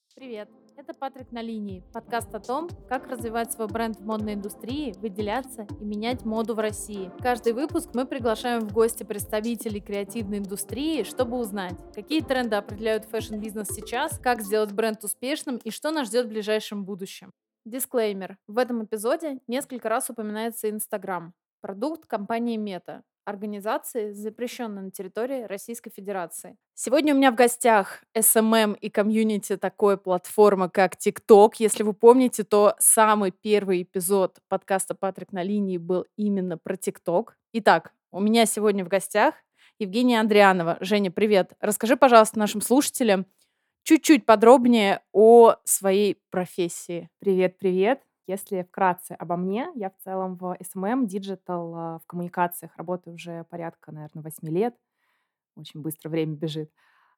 Привет! Это Патрик на линии, подкаст о том, как развивать свой бренд в модной индустрии, выделяться и менять моду в России. Каждый выпуск мы приглашаем в гости представителей креативной индустрии, чтобы узнать, какие тренды определяют фэшн-бизнес сейчас, как сделать бренд успешным и что нас ждет в ближайшем будущем. Дисклеймер. В этом эпизоде несколько раз упоминается Инстаграм, продукт компании Мета, организации, запрещенной на территории Российской Федерации. Сегодня у меня в гостях SMM и комьюнити такой платформы, как TikTok. Если вы помните, то самый первый эпизод подкаста «Патрик на линии» был именно про TikTok. Итак, у меня сегодня в гостях Евгения Андрианова. Женя, привет. Расскажи, пожалуйста, нашим слушателям чуть-чуть подробнее о своей профессии. Привет, привет. Если вкратце обо мне, я в целом в SMM, диджитал, в коммуникациях работаю уже порядка, наверное, 8 лет. Очень быстро время бежит.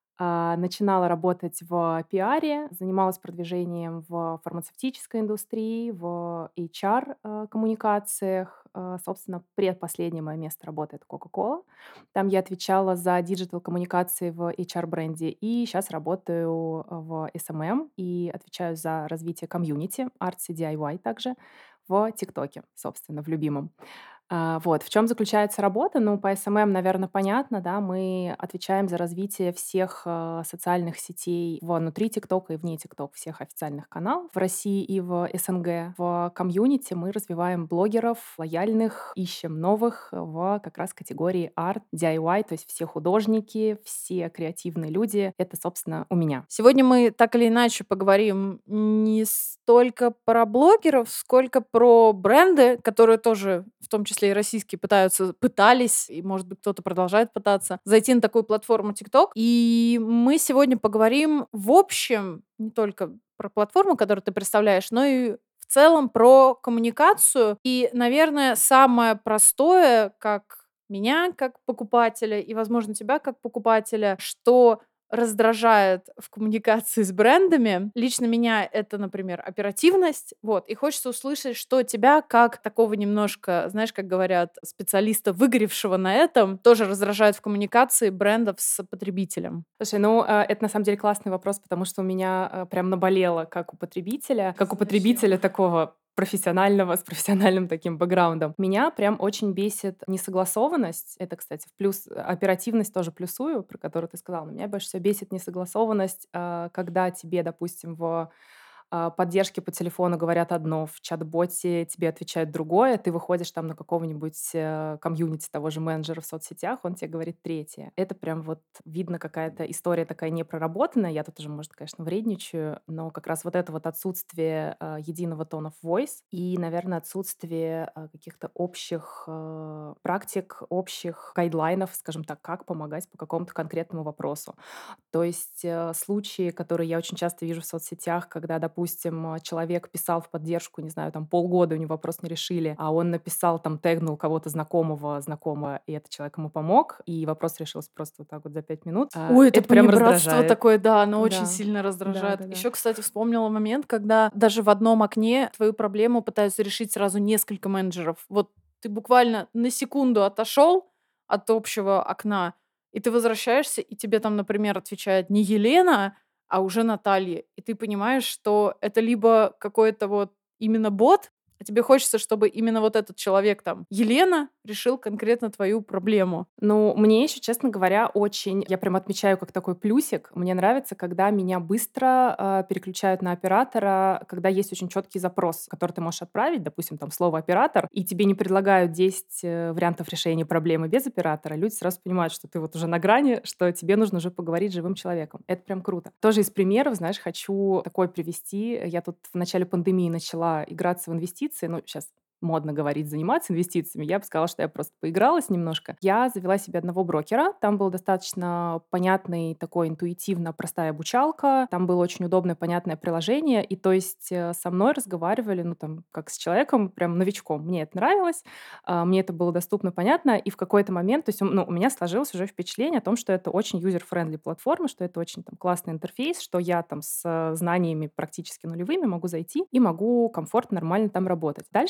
Начинала работать в пиаре, занималась продвижением в фармацевтической индустрии, в HR коммуникациях. Собственно, предпоследнее мое место работы — это Coca-Cola. Там я отвечала за диджитал-коммуникации в HR-бренде. И сейчас работаю в SMM и отвечаю за развитие комьюнити, Arts и DIY также в ТикТоке, собственно, в любимом. Вот. В чем заключается работа? Ну, по SMM, наверное, понятно, да. Мы отвечаем за развитие всех социальных сетей внутри ТикТока и вне ТикТок, всех официальных каналов в России и в СНГ. В комьюнити мы развиваем блогеров, лояльных, ищем новых в как раз категории арт, DIY, то есть все художники, все креативные люди. Это, собственно, у меня. Сегодня мы так или иначе поговорим не столько про блогеров, сколько про бренды, которые тоже, в том числе и российские, пытались, и, может быть, кто-то продолжает пытаться, зайти на такую платформу TikTok. И мы сегодня поговорим в общем не только про платформу, которую ты представляешь, но и в целом про коммуникацию. И, наверное, самое простое, как меня как покупателя и, возможно, тебя как покупателя, что раздражает в коммуникации с брендами. Лично меня это, например, оперативность. Вот. И хочется услышать, что тебя, как такого немножко, знаешь, как говорят, специалиста, выгоревшего на этом, тоже раздражает в коммуникации брендов с потребителем. Слушай, ну, это на самом деле классный вопрос, потому что у меня прям наболело, как у потребителя такого профессионального, с профессиональным таким бэкграундом. Меня прям очень бесит несогласованность. Это, кстати, в плюс. Оперативность тоже плюсую, про которую ты сказала. Но меня больше всего бесит несогласованность, когда тебе, допустим, в поддержке по телефону говорят одно, в чат-боте тебе отвечают другое, ты выходишь там на какого-нибудь комьюнити того же менеджера в соцсетях, он тебе говорит третье. Это прям вот видно какая-то история такая непроработанная. Я тут уже, может, конечно, вредничаю, но как раз вот это вот отсутствие единого tone of voice и, наверное, отсутствие каких-то общих практик, общих гайдлайнов, скажем так, как помогать по какому-то конкретному вопросу. То есть случаи, которые я очень часто вижу в соцсетях, когда, допустим, человек писал в поддержку, не знаю, там полгода у него вопрос не решили, а он написал, там, тегнул кого-то знакомого, и этот человек ему помог, и вопрос решился просто вот так вот за 5 минут. Ой, это Это прям понебратство раздражает. такое, да, оно очень Да, сильно да, раздражает. да, да. Еще, кстати, вспомнила момент, когда даже в одном окне твою проблему пытаются решить сразу несколько менеджеров. Вот ты буквально на секунду отошел от общего окна, и ты возвращаешься, и тебе там, например, отвечает не Елена, а уже Наталья. И ты понимаешь, что это либо какой-то вот именно бот, а тебе хочется, чтобы именно вот этот человек там, Елена, решил конкретно твою проблему. Ну, мне еще, честно говоря, очень, я прям отмечаю как такой плюсик. Мне нравится, когда меня быстро переключают на оператора, когда есть очень четкий запрос, который ты можешь отправить, допустим, там слово оператор, и тебе не предлагают 10 вариантов решения проблемы без оператора. Люди сразу понимают, что ты вот уже на грани, что тебе нужно уже поговорить с живым человеком. Это прям круто. Тоже из примеров, знаешь, хочу такой привести. Я тут в начале пандемии начала играться в инвестиции, ну, сейчас модно говорить, заниматься инвестициями. Я бы сказала, что я просто поигралась немножко. Я завела себе одного брокера. Там был достаточно понятный, такой интуитивно простая обучалка. Там было очень удобное, понятное приложение. И то есть со мной разговаривали, ну там, как с человеком, прям новичком. Мне это нравилось, мне это было доступно, понятно. И в какой-то момент, то есть ну, у меня сложилось уже впечатление о том, что это очень юзер-френдли платформа, что это очень там классный интерфейс, что я там с знаниями практически нулевыми могу зайти и могу комфортно, нормально там работать. Дальше случилась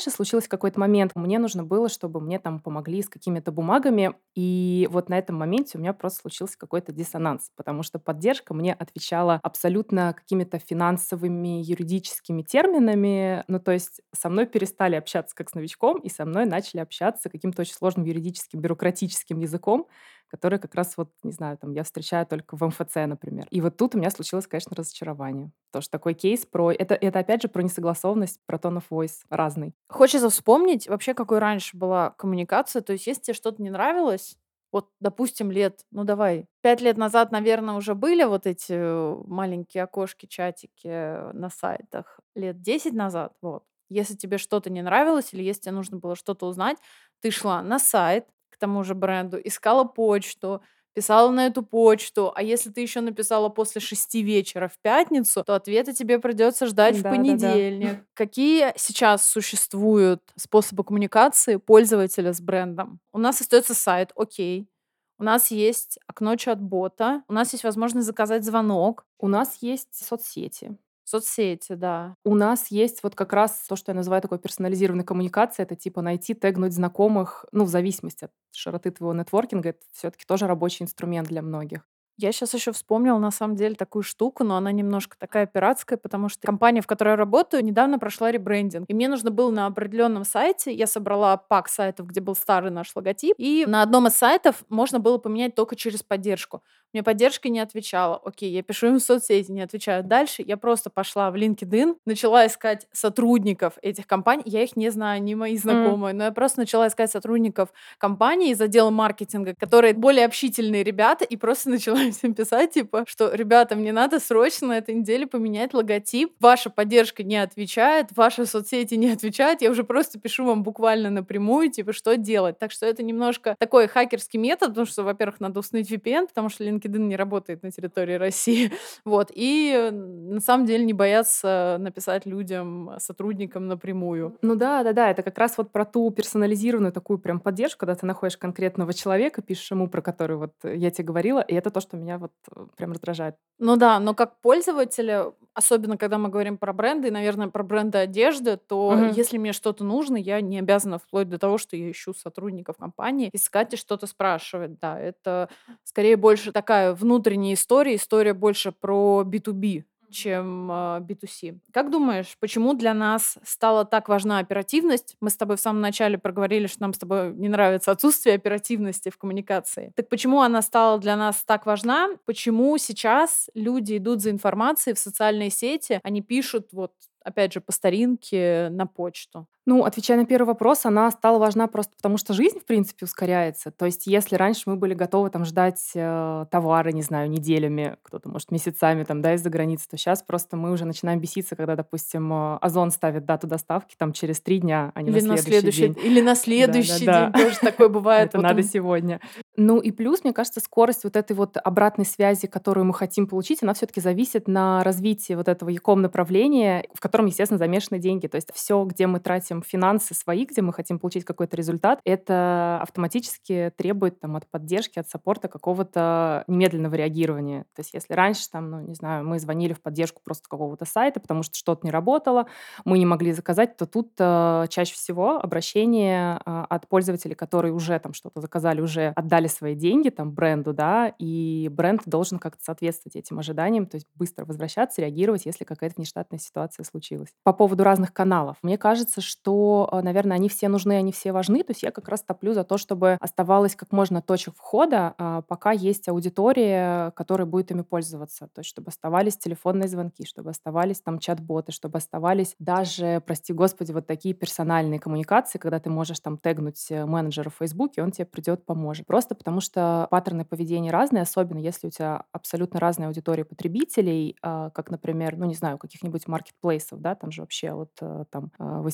случилось какой-то момент, мне нужно было, чтобы мне там помогли с какими-то бумагами, и вот на этом моменте у меня просто случился какой-то диссонанс, потому что поддержка мне отвечала абсолютно какими-то финансовыми, юридическими терминами. Ну, то есть со мной перестали общаться как с новичком, и со мной начали общаться каким-то очень сложным юридическим, бюрократическим языком, который как раз вот, не знаю, там я встречаю только в МФЦ, например. И вот тут у меня случилось, конечно, разочарование. Тоже такой кейс про... Это опять же про несогласованность, про tone of voice разный. Хочется вспомнить вообще, какой раньше была коммуникация. То есть, если тебе что-то не нравилось, вот, допустим, ну давай, 5 лет назад, наверное, уже были вот эти маленькие окошки, чатики на сайтах. Лет 10 назад, вот. Если тебе что-то не нравилось или если тебе нужно было что-то узнать, ты шла на сайт к тому же бренду, искала почту, писала на эту почту, а если ты еще написала после 6 вечера в пятницу, то ответа тебе придется ждать в Да-да-да. понедельник. Какие сейчас существуют способы коммуникации пользователя с брендом? У нас остается сайт, окей. У нас есть окно чат-бота, у нас есть возможность заказать звонок, У нас есть соцсети. соцсети, да. У нас есть вот как раз то, что я называю такой персонализированной коммуникацией. Это типа найти, тегнуть знакомых, ну, в зависимости от широты твоего нетворкинга. Это все-таки тоже рабочий инструмент для многих. Я сейчас еще вспомнила, на самом деле, такую штуку, но она немножко такая пиратская, потому что компания, в которой я работаю, недавно прошла ребрендинг. И мне нужно было на определенном сайте, я собрала пак сайтов, где был старый наш логотип, и на одном из сайтов можно было поменять только через поддержку. Мне поддержка не отвечала. Окей, я пишу им в соцсети, не отвечают. Дальше я просто пошла в LinkedIn, начала искать сотрудников этих компаний. Я их не знаю, не мои знакомые, но я просто начала искать сотрудников компании из отдела маркетинга, которые более общительные ребята, и просто начала всем писать, типа, что, ребята, мне надо срочно на этой неделе поменять логотип, ваша поддержка не отвечает, ваши соцсети не отвечают, я уже просто пишу вам буквально напрямую, типа, что делать. Так что это немножко такой хакерский метод, потому что, во-первых, надо установить VPN, потому что LinkedIn не работает на территории России, вот, и на самом деле не бояться написать людям, сотрудникам напрямую. Ну да, это как раз вот про ту персонализированную такую прям поддержку, когда ты находишь конкретного человека, пишешь ему, про который вот я тебе говорила, и это то, что меня вот прям раздражает. Ну да, но как пользователя, особенно когда мы говорим про бренды, и, наверное, про бренды одежды, то Мгм. если мне что-то нужно, я не обязана вплоть до того, что я ищу сотрудников компании, искать и что-то спрашивать. Да, это скорее больше такая внутренняя история, история больше про B2B, чем B2C. Как думаешь, почему для нас стала так важна оперативность? Мы с тобой в самом начале проговорили, что нам с тобой не нравится отсутствие оперативности в коммуникации. Так почему она стала для нас так важна? Почему сейчас люди идут за информацией в социальные сети, они пишут вот опять же, по старинке на почту? Ну, отвечая на первый вопрос, она стала важна просто потому, что жизнь, в принципе, ускоряется. То есть если раньше мы были готовы там ждать товары, не знаю, неделями, кто-то, может, месяцами там, да, из-за границы, то сейчас просто мы уже начинаем беситься, когда, допустим, Озон ставит дату доставки там через 3 дня, а не на следующий день. Или на следующий Да-да-да. день тоже такое бывает. Это Вот надо сегодня. Ну и плюс, мне кажется, скорость вот этой вот обратной связи, которую мы хотим получить, она все-таки зависит на развитии вот этого e-com направления, в котором, естественно, замешаны деньги. То есть все, где мы тратим финансы свои, где мы хотим получить какой-то результат, это автоматически требует там от поддержки, от саппорта какого-то немедленного реагирования. То есть если раньше там, ну не знаю, мы звонили в поддержку просто какого-то сайта, потому что что-то не работало, мы не могли заказать, то тут чаще всего обращение от пользователей, которые уже там что-то заказали, уже отдали свои деньги там бренду, да, и бренд должен как-то соответствовать этим ожиданиям, то есть быстро возвращаться, реагировать, если какая-то нештатная ситуация случилась. По поводу разных каналов. Мне кажется, что, наверное, они все нужны, они все важны, то есть я как раз топлю за то, чтобы оставалось как можно точек входа, пока есть аудитория, которая будет ими пользоваться, то есть чтобы оставались телефонные звонки, чтобы оставались там чат-боты, чтобы оставались даже, прости господи, вот такие персональные коммуникации, когда ты можешь там тегнуть менеджера в Фейсбуке, он тебе придет, поможет. Просто потому что паттерны поведения разные, особенно если у тебя абсолютно разная аудитория потребителей, как, например, ну, не знаю, каких-нибудь маркетплейсов, да, там же вообще от там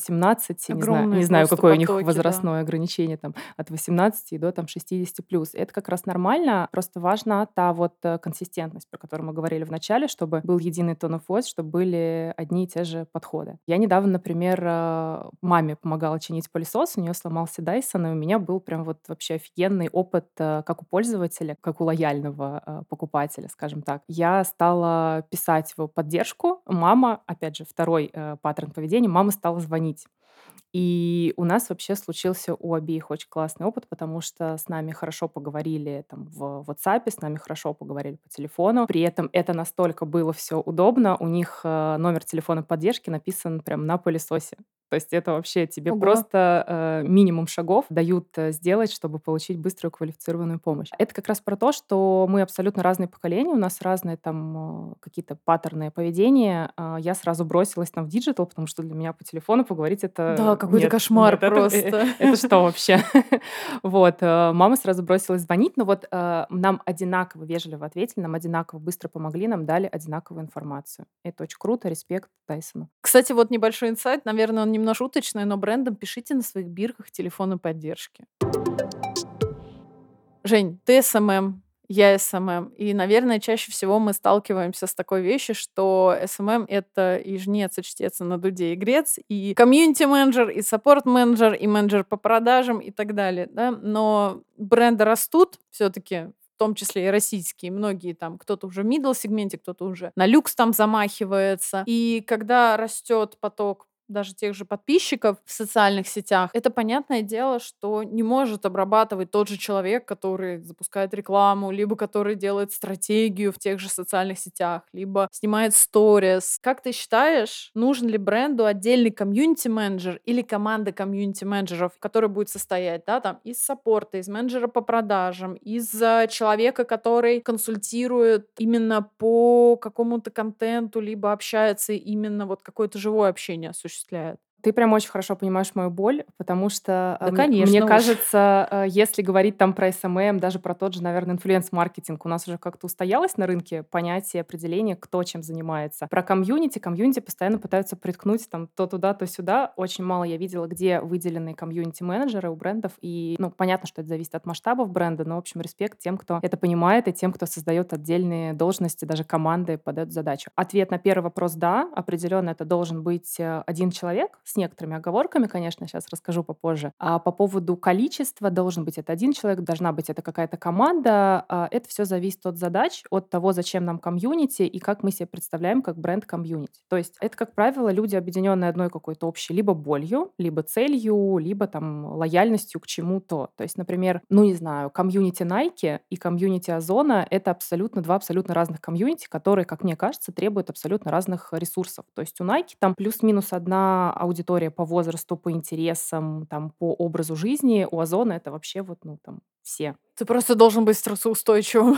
18, не огромные знаю, просто какое у них потоки, да. возрастное ограничение, там от 18 до там 60 плюс. Это как раз нормально, просто важна та вот консистентность, про которую мы говорили в начале, чтобы был единый tone of voice, чтобы были одни и те же подходы. Я недавно, например, маме помогала чинить пылесос, у нее сломался Dyson, и у меня был прям вот вообще офигенный опыт как у пользователя, как у лояльного покупателя, скажем так. Я стала писать в поддержку. Мама, опять же, второй паттерн поведения, мама стала звонить. И у нас вообще случился у обеих очень классный опыт, потому что с нами хорошо поговорили там в WhatsApp, с нами хорошо поговорили по телефону. При этом это настолько было все удобно. У них номер телефона поддержки написан прям на пылесосе. То есть это вообще тебе Ого. просто минимум шагов дают сделать, чтобы получить быструю квалифицированную помощь. Это как раз про то, что мы абсолютно разные поколения, у нас разные там какие-то паттерны поведения. Я сразу бросилась там в диджитал, потому что для меня по телефону поговорить Да, это какой-то нет, кошмар нет, просто. это что вообще? Вот, мама сразу бросилась звонить, но вот нам одинаково вежливо ответили, нам одинаково быстро помогли, нам дали одинаковую информацию. Это очень круто, респект Тайсону. Кстати, вот небольшой инсайт, наверное, он немного шуточный, но брендам пишите на своих бирках телефоны поддержки. Жень, ты СММ, я СММ. И, наверное, чаще всего мы сталкиваемся с такой вещью, что СММ — это и жнец, и чтец, и на дуде, и грец, и комьюнити-менеджер, и саппорт-менеджер, и менеджер по продажам, и так далее, да. Но бренды растут все таки в том числе и российские. Многие там, кто-то уже в middle сегменте, кто-то уже на люкс там замахивается. И когда растет поток даже тех же подписчиков в социальных сетях, это понятное дело, что не может обрабатывать тот же человек, который запускает рекламу, либо который делает стратегию в тех же социальных сетях, либо снимает сторис. Как ты считаешь, нужен ли бренду отдельный комьюнити-менеджер или команда комьюнити-менеджеров, которая будет состоять, да, там, из саппорта, из менеджера по продажам, из человека, который консультирует именно по какому-то контенту, либо общается именно вот какое-то живое общение осуществляет? Ты прям очень хорошо понимаешь мою боль, потому что Да, мне конечно уж. кажется, если говорить там про СММ, даже про тот же, наверное, инфлюенс-маркетинг, у нас уже как-то устоялось на рынке понятие, определение, кто чем занимается. Про комьюнити постоянно пытаются приткнуть там то туда, то сюда. Очень мало я видела, где выделены комьюнити-менеджеры у брендов. И, ну, понятно, что это зависит от масштабов бренда, но, в общем, респект тем, кто это понимает, и тем, кто создает отдельные должности, даже команды под эту задачу. Ответ на первый вопрос — да, определенно это должен быть один человек, с некоторыми оговорками, конечно, сейчас расскажу попозже. А по поводу количества, должен быть это один человек, должна быть это какая-то команда. Это все зависит от задач, от того, зачем нам комьюнити и как мы себе представляем как бренд комьюнити. То есть это, как правило, люди, объединенные одной какой-то общей либо болью, либо целью, либо там лояльностью к чему-то. То есть, например, ну не знаю, комьюнити Nike и комьюнити Озона — это абсолютно два абсолютно разных комьюнити, которые, как мне кажется, требуют абсолютно разных ресурсов. То есть у Nike там плюс-минус одна аудитория по возрасту, по интересам, там, по образу жизни. У Озона это вообще вот, ну, там, все. Ты просто должен быть стрессоустойчивым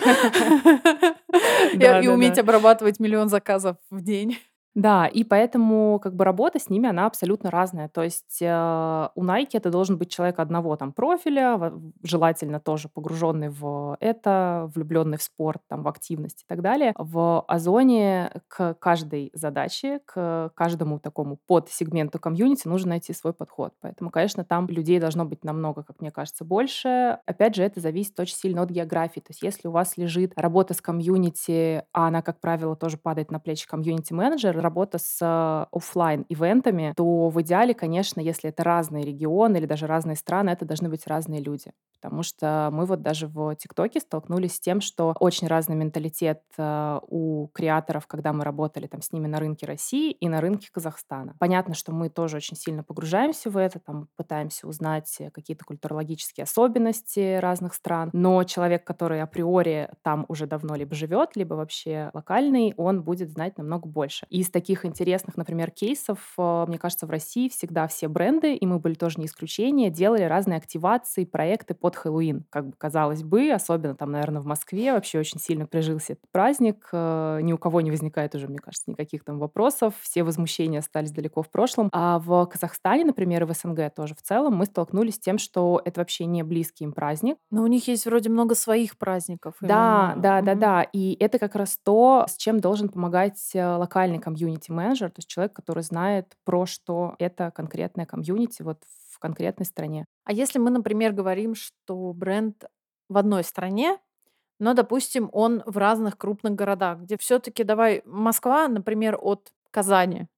и уметь Да-да-да. обрабатывать миллион заказов в день. Да, и поэтому как бы работа с ними, она абсолютно разная. То есть у Nike это должен быть человек одного там профиля, желательно тоже погруженный в это, влюбленный в спорт, там, в активность и так далее. В Озоне к каждой задаче, к каждому такому подсегменту комьюнити нужно найти свой подход. Поэтому, конечно, там людей должно быть намного, как мне кажется, больше. Опять же, это зависит очень сильно от географии. То есть если у вас лежит работа с комьюнити, а она, как правило, тоже падает на плечи комьюнити-менеджера, работа с оффлайн-ивентами, то в идеале, конечно, если это разные регионы или даже разные страны, это должны быть разные люди. Потому что мы вот даже в ТикТоке столкнулись с тем, что очень разный менталитет у креаторов, когда мы работали там с ними на рынке России и на рынке Казахстана. Понятно, что мы тоже очень сильно погружаемся в это, там пытаемся узнать какие-то культурологические особенности разных стран, но человек, который априори там уже давно либо живет, либо вообще локальный, он будет знать намного больше. И из таких интересных, например, кейсов, мне кажется, в России всегда все бренды, и мы были тоже не исключение, делали разные активации, проекты под Хэллоуин. Как бы казалось бы, особенно там, наверное, в Москве вообще очень сильно прижился этот праздник. Ни у кого не возникает уже, мне кажется, никаких там вопросов. Все возмущения остались далеко в прошлом. А в Казахстане, например, и в СНГ тоже в целом, мы столкнулись с тем, что это вообще не близкий им праздник. Но у них есть вроде много своих праздников Да, именно. Мгм. да-да-да. И это как раз то, с чем должен помогать локальный комьюнити-менеджер, то есть человек, который знает, про что это конкретное комьюнити вот в конкретной стране. А если мы, например, говорим, что бренд в одной стране, но, допустим, он в разных крупных городах, где все таки давай Москва, например, от Казани,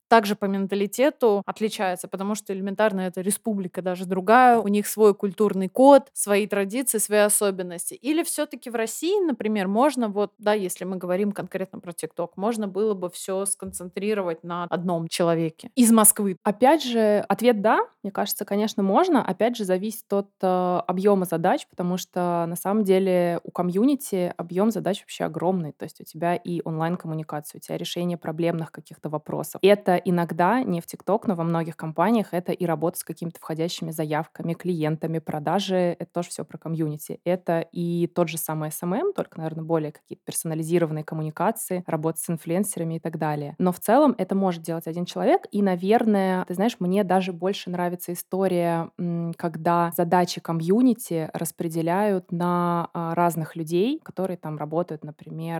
также по менталитету отличается, потому что элементарно это республика даже другая, у них свой культурный код, свои традиции, свои особенности. Или все-таки в России, например, можно вот, да, если мы говорим конкретно про ТикТок, можно было бы все сконцентрировать на одном человеке из Москвы. Опять же, ответ да, мне кажется, конечно, можно. Опять же, зависит от объема задач, потому что на самом деле у комьюнити объем задач вообще огромный. То есть у тебя и онлайн-коммуникация, у тебя решение проблемных каких-то вопросов. И это иногда не в ТикТок, но во многих компаниях это и работа с какими-то входящими заявками, клиентами, продажи. Это тоже все про комьюнити. Это и тот же самый SMM, только, наверное, более какие-то персонализированные коммуникации, работа с инфлюенсерами и так далее. Но в целом это может делать один человек. И, наверное, ты знаешь, мне даже больше нравится история, когда задачи комьюнити распределяют на разных людей, которые там работают, например,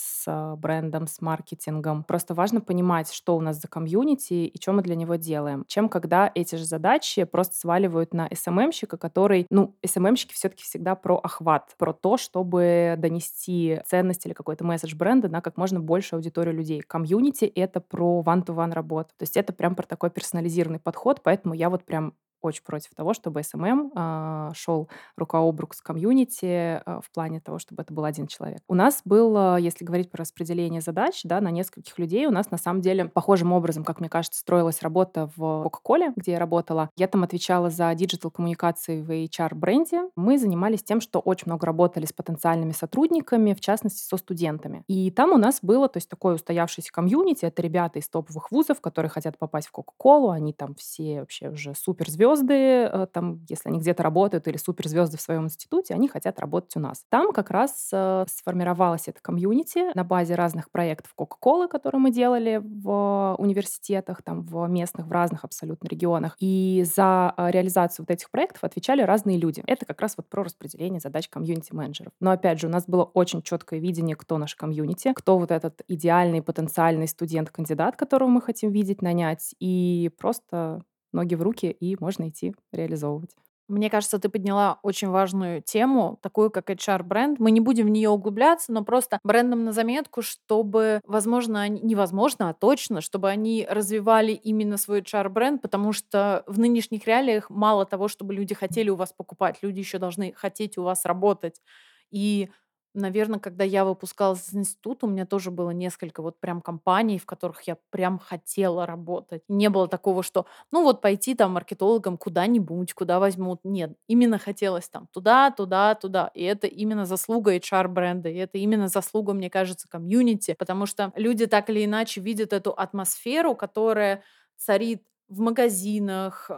с брендом, с маркетингом. Просто важно понимать, что у нас за комьюнити и что мы для него делаем. Чем когда эти же задачи просто сваливают на СММщика, который, СММщики все-таки всегда про охват, про то, чтобы донести ценность или какой-то месседж бренда на как можно большую аудиторию людей. Комьюнити — это про one-to-one работу. То есть это прям про такой персонализированный подход, поэтому я вот прям очень против того, чтобы SMM шел рука об руку с комьюнити в плане того, чтобы это был один человек. У нас было, если говорить про распределение задач, да, на нескольких людей, у нас на самом деле похожим образом, как мне кажется, строилась работа в Coca-Cola, где я работала. Я там отвечала за диджитал-коммуникации в HR-бренде. Мы занимались тем, что очень много работали с потенциальными сотрудниками, в частности, со студентами. И там у нас было, то есть такое устоявшееся комьюнити, это ребята из топовых вузов, которые хотят попасть в Coca-Cola, они там все вообще уже суперзвезды, там, если они где-то работают, или суперзвезды в своем институте, они хотят работать у нас. Там как раз сформировалось это комьюнити на базе разных проектов Coca-Cola, которые мы делали в университетах, там, в местных, в разных абсолютно регионах. И за реализацию вот этих проектов отвечали разные люди. Это как раз вот про распределение задач комьюнити-менеджеров. Но опять же, у нас было очень четкое видение, кто наш комьюнити, кто вот этот идеальный потенциальный студент-кандидат, которого мы хотим видеть, нанять, и просто ноги в руки, и можно идти реализовывать. Мне кажется, ты подняла очень важную тему, такую как HR-бренд. Мы не будем в нее углубляться, но просто брендам на заметку, чтобы, возможно, невозможно, а точно, чтобы они развивали именно свой HR-бренд, потому что в нынешних реалиях мало того, чтобы люди хотели у вас покупать, люди еще должны хотеть у вас работать. И наверное, когда я выпускалась из института, у меня тоже было несколько вот прям компаний, в которых я прям хотела работать. Не было такого, что ну вот пойти там маркетологом куда-нибудь, куда возьмут. Нет, именно хотелось там туда, туда, туда. И это именно заслуга HR-бренда, и это именно заслуга, мне кажется, комьюнити, потому что люди так или иначе видят эту атмосферу, которая царит в магазинах,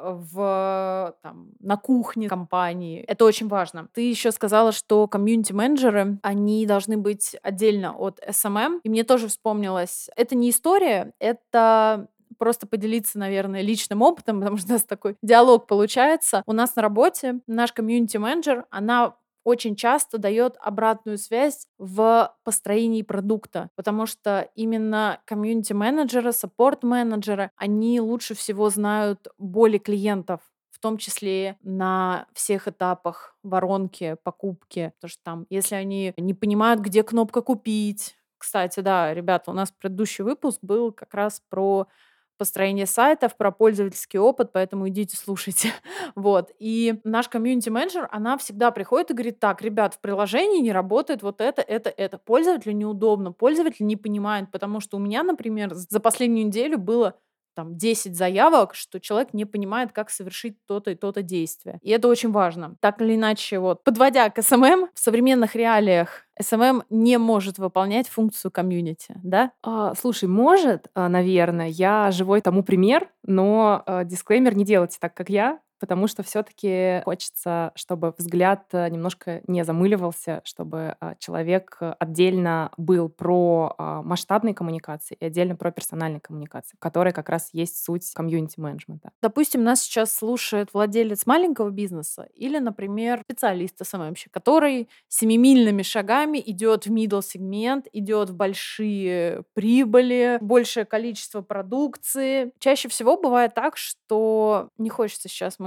на кухне компании. Это очень важно. Ты еще сказала, что комьюнити-менеджеры, они должны быть отдельно от SMM. И мне тоже вспомнилось, это не история, это просто поделиться, наверное, личным опытом, потому что у нас такой диалог получается. У нас на работе наш комьюнити-менеджер, она очень часто дает обратную связь в построении продукта, потому что именно комьюнити-менеджеры, саппорт-менеджеры, они лучше всего знают боли клиентов, в том числе на всех этапах воронки, покупки. Потому что там, если они не понимают, где кнопка «Купить», кстати, да, ребята, у нас предыдущий выпуск был как раз про построение сайтов, про пользовательский опыт, поэтому идите слушайте. Вот. И наш комьюнити-менеджер, она всегда приходит и говорит: так, ребят, в приложении не работает вот это. Пользователю неудобно, пользователь не понимает, потому что у меня, например, за последнюю неделю было там 10 заявок, что человек не понимает, как совершить то-то и то-то действие. И это очень важно. Так или иначе, вот, подводя к SMM, в современных реалиях SMM не может выполнять функцию комьюнити, да? Слушай, может, наверное, я живой тому пример, но дисклеймер: не делайте так, как я, потому что все-таки хочется, чтобы взгляд немножко не замыливался, чтобы человек отдельно был про масштабные коммуникации и отдельно про персональные коммуникации, которые как раз есть суть комьюнити-менеджмента. Допустим, нас сейчас слушает владелец маленького бизнеса или, например, специалист СММщик, который семимильными шагами идет в middle сегмент, идет в большие прибыли, большее количество продукции. Чаще всего бывает так, что не хочется сейчас мою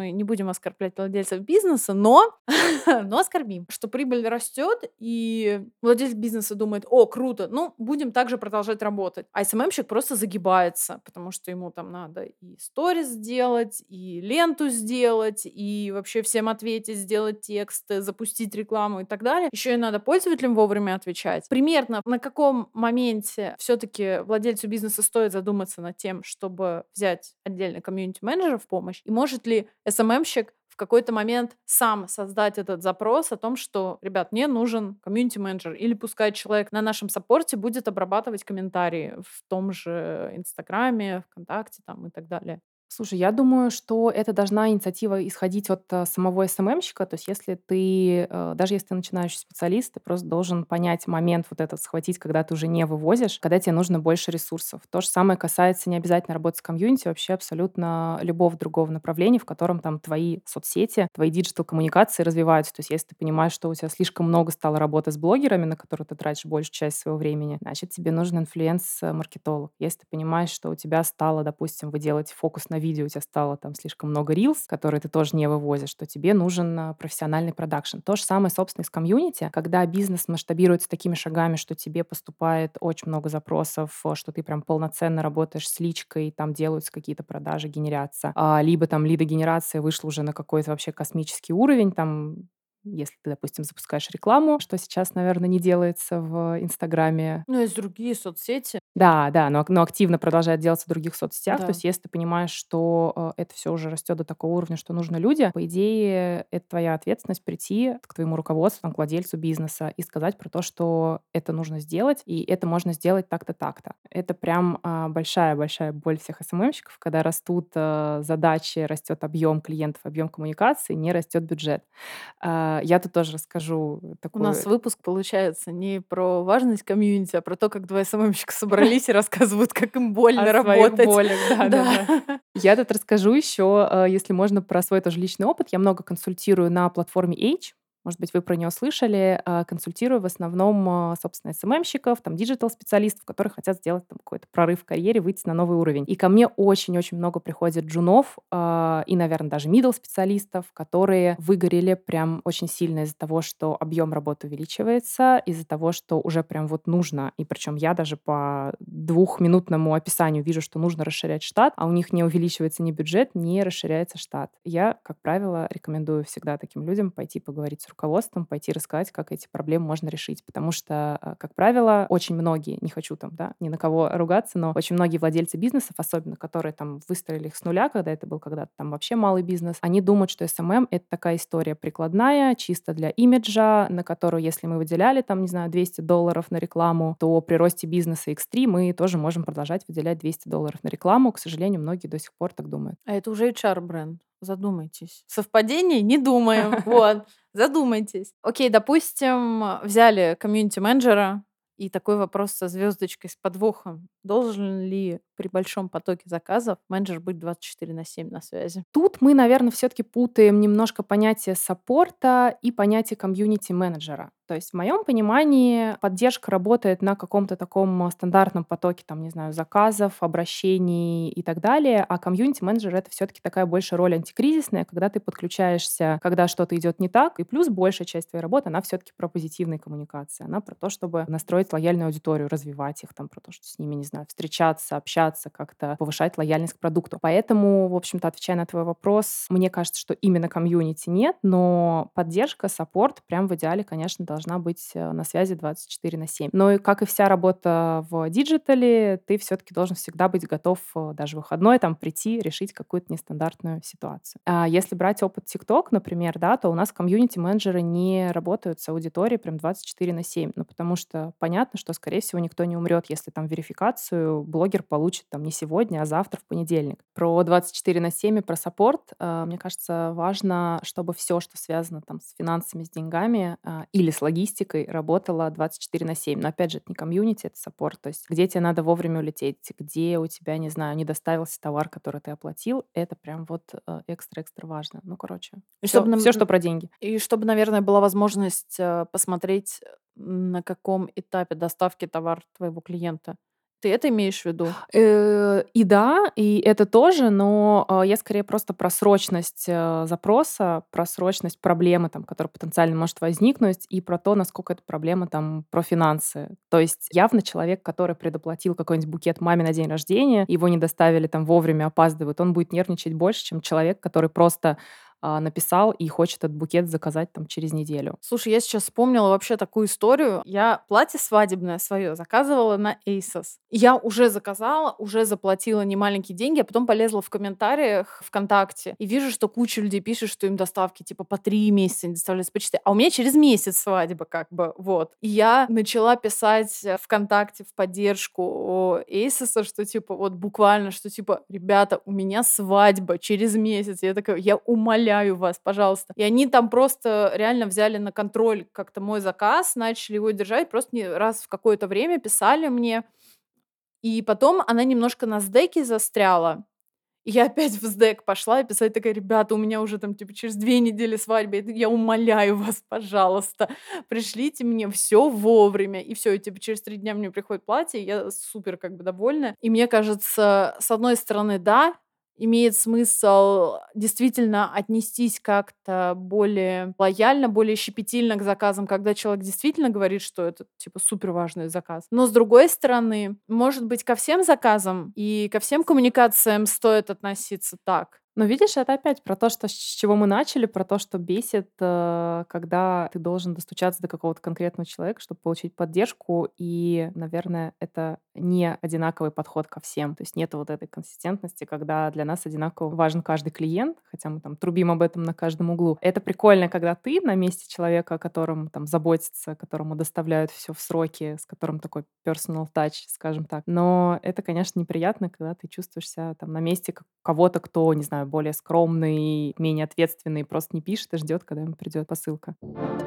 мы не будем оскорблять владельцев бизнеса, но, но оскорбим, что прибыль растет, и владелец бизнеса думает, о, круто, ну, будем также продолжать работать. А СММщик просто загибается, потому что ему там надо и сторис сделать, и ленту сделать, и вообще всем ответить, сделать тексты, запустить рекламу и так далее. Еще и надо пользователям вовремя отвечать. Примерно на каком моменте все-таки владельцу бизнеса стоит задуматься над тем, чтобы взять отдельно комьюнити-менеджера в помощь? И может ли СММщик в какой-то момент сам создать этот запрос о том, что, ребят, мне нужен комьюнити-менеджер, или пускай человек на нашем саппорте будет обрабатывать комментарии в том же Инстаграме, ВКонтакте там и так далее. Слушай, я думаю, что это должна инициатива исходить от самого СММщика. То есть если ты, даже если ты начинающий специалист, ты просто должен понять момент вот этот, схватить, когда ты уже не вывозишь, когда тебе нужно больше ресурсов. То же самое касается не обязательно работы с комьюнити, вообще абсолютно любого другого направления, в котором там твои соцсети, твои диджитал-коммуникации развиваются. То есть если ты понимаешь, что у тебя слишком много стало работы с блогерами, на которые ты тратишь большую часть своего времени, значит, тебе нужен инфлюенс-маркетолог. Если ты понимаешь, что у тебя стало, допустим, вы делаете фокус на видео, у тебя стало там слишком много рилс, которые ты тоже не вывозишь, то тебе нужен профессиональный продакшн. То же самое, собственно, и с комьюнити. Когда бизнес масштабируется такими шагами, что тебе поступает очень много запросов, что ты прям полноценно работаешь с личкой, там делаются какие-то продажи, генерятся, либо там лидогенерация вышла уже на какой-то вообще космический уровень, там если ты, допустим, запускаешь рекламу, что сейчас, наверное, не делается в Инстаграме. Ну, есть другие соцсети. Да, да, но активно продолжает делаться в других соцсетях. То Да. есть если ты понимаешь, что, это все уже растет до такого уровня, что нужно люди, по идее, это твоя ответственность прийти к твоему руководству, там, к владельцу бизнеса и сказать про то, что это нужно сделать, и это можно сделать так-то, так-то. Это прям, большая-большая боль всех СММщиков, когда растут, задачи, растет объем клиентов, объем коммуникаций, не растет бюджет. Я тут тоже расскажу У нас такую. выпуск получается не про важность комьюнити, а про то, как два СММщика собрались и рассказывают, как им больно О своих работать. болях, Да. да-да-да. Я тут расскажу еще, если можно, про свой тоже личный опыт. Я много консультирую на платформе Age. Может быть, вы про нее слышали. Консультирую в основном, собственно, СММщиков, там, диджитал-специалистов, которые хотят сделать там какой-то прорыв в карьере, выйти на новый уровень. И ко мне очень-очень много приходит джунов и, наверное, даже middle-специалистов, которые выгорели прям очень сильно из-за того, что объем работы увеличивается, из-за того, что уже прям вот нужно. И причем я даже по двухминутному описанию вижу, что нужно расширять штат, а у них не увеличивается ни бюджет, не расширяется штат. Я, как правило, рекомендую всегда таким людям пойти поговорить с руководством, пойти рассказать, как эти проблемы можно решить. Потому что, как правило, очень многие, не хочу там, да, ни на кого ругаться, но очень многие владельцы бизнесов, особенно которые там выстроили их с нуля, когда это был когда-то там вообще малый бизнес, они думают, что SMM — это такая история прикладная, чисто для имиджа, на которую, если мы выделяли там, не знаю, $200 на рекламу, то при росте бизнеса X3 мы тоже можем продолжать выделять $200 на рекламу. К сожалению, многие до сих пор так думают. А это уже HR-бренд. Задумайтесь. Совпадений? Не думаем. Вот. Задумайтесь. Окей, допустим, взяли комьюнити-менеджера, и такой вопрос со звездочкой, с подвохом. Должен ли при большом потоке заказов менеджер быть 24/7 на связи? Тут мы, наверное, все-таки путаем немножко понятие саппорта и понятие комьюнити-менеджера. То есть в моем понимании поддержка работает на каком-то таком стандартном потоке, там, не знаю, заказов, обращений и так далее, а комьюнити-менеджер — это все-таки такая больше роль антикризисная, когда ты подключаешься, когда что-то идет не так, и плюс большая часть твоей работы, она все-таки про позитивные коммуникации, она про то, чтобы настроить лояльную аудиторию, развивать их, там, про то, что с ними, не знаю, встречаться, общаться, как-то повышать лояльность к продукту. Поэтому, в общем-то, отвечая на твой вопрос, мне кажется, что именно комьюнити нет, но поддержка, саппорт прям в идеале, конечно, должна быть на связи 24/7. Но и как и вся работа в диджитале, ты все-таки должен всегда быть готов даже в выходной там прийти, решить какую-то нестандартную ситуацию. А если брать опыт TikTok, например, да, то у нас комьюнити-менеджеры не работают с аудиторией прям 24/7, ну, потому что понятно, что, скорее всего, никто не умрет, если там верификацию блогер получит там не сегодня, а завтра в понедельник. Про 24/7 и про саппорт, мне кажется, важно, чтобы все, что связано там с финансами, с деньгами, или с логистикой, работало 24/7. Но опять же, это не комьюнити, это саппорт. То есть где тебе надо вовремя улететь, где у тебя, не знаю, не доставился товар, который ты оплатил, это прям вот экстра-экстра важно. Ну, короче, И чтобы, все, что про деньги. и чтобы, наверное, была возможность посмотреть, на каком этапе доставки товар твоего клиента. Ты это имеешь в виду? И да, и это тоже, но, я скорее просто про срочность, запроса, про срочность проблемы, там, которая потенциально может возникнуть, и про то, насколько эта проблема, там, про финансы. То есть явно человек, который предоплатил какой-нибудь букет маме на день рождения, его не доставили там вовремя, опаздывают, он будет нервничать больше, чем человек, который просто, написал и хочет этот букет заказать там через неделю. Слушай, я сейчас вспомнила вообще такую историю. Я платье свадебное свое заказывала на ASOS. Я уже заказала, уже заплатила немаленькие деньги, а потом полезла в комментариях ВКонтакте и вижу, что куча людей пишет, что им доставки типа по 3 месяца не доставляются, по 4. А у меня через месяц свадьба как бы, вот. И я начала писать ВКонтакте в поддержку ASOS, что типа вот буквально, что типа, ребята, у меня свадьба через месяц. Я такая, я умоляю вас, пожалуйста. И они там просто реально взяли на контроль как-то мой заказ, начали его держать, просто раз в какое-то время писали мне. И потом она немножко на сдеке застряла. И я опять в сдек пошла и писать такая: "Ребята, у меня уже там типа через 2 недели свадьба. Я умоляю вас, пожалуйста, пришлите мне все вовремя". И все, и типа через 3 дня мне приходит платье, и я супер как бы довольна. И мне кажется, с одной стороны, да, имеет смысл действительно отнестись как-то более лояльно, более щепетильно к заказам, когда человек действительно говорит, что это типа супер важный заказ. Но с другой стороны, может быть, ко всем заказам и ко всем коммуникациям стоит относиться так. Но видишь, это опять про то, что с чего мы начали, про то, что бесит, когда ты должен достучаться до какого-то конкретного человека, чтобы получить поддержку. И, наверное, это не одинаковый подход ко всем. То есть нет вот этой консистентности, когда для нас одинаково важен каждый клиент, хотя мы там трубим об этом на каждом углу. Это прикольно, когда ты на месте человека, о котором там заботится, которому доставляют все в сроки, с которым такой personal touch, скажем так. Но это, конечно, неприятно, когда ты чувствуешь себя там на месте кого-то, кто, не знаю, более скромный, менее ответственный, просто не пишет и ждет, когда ему придет посылка.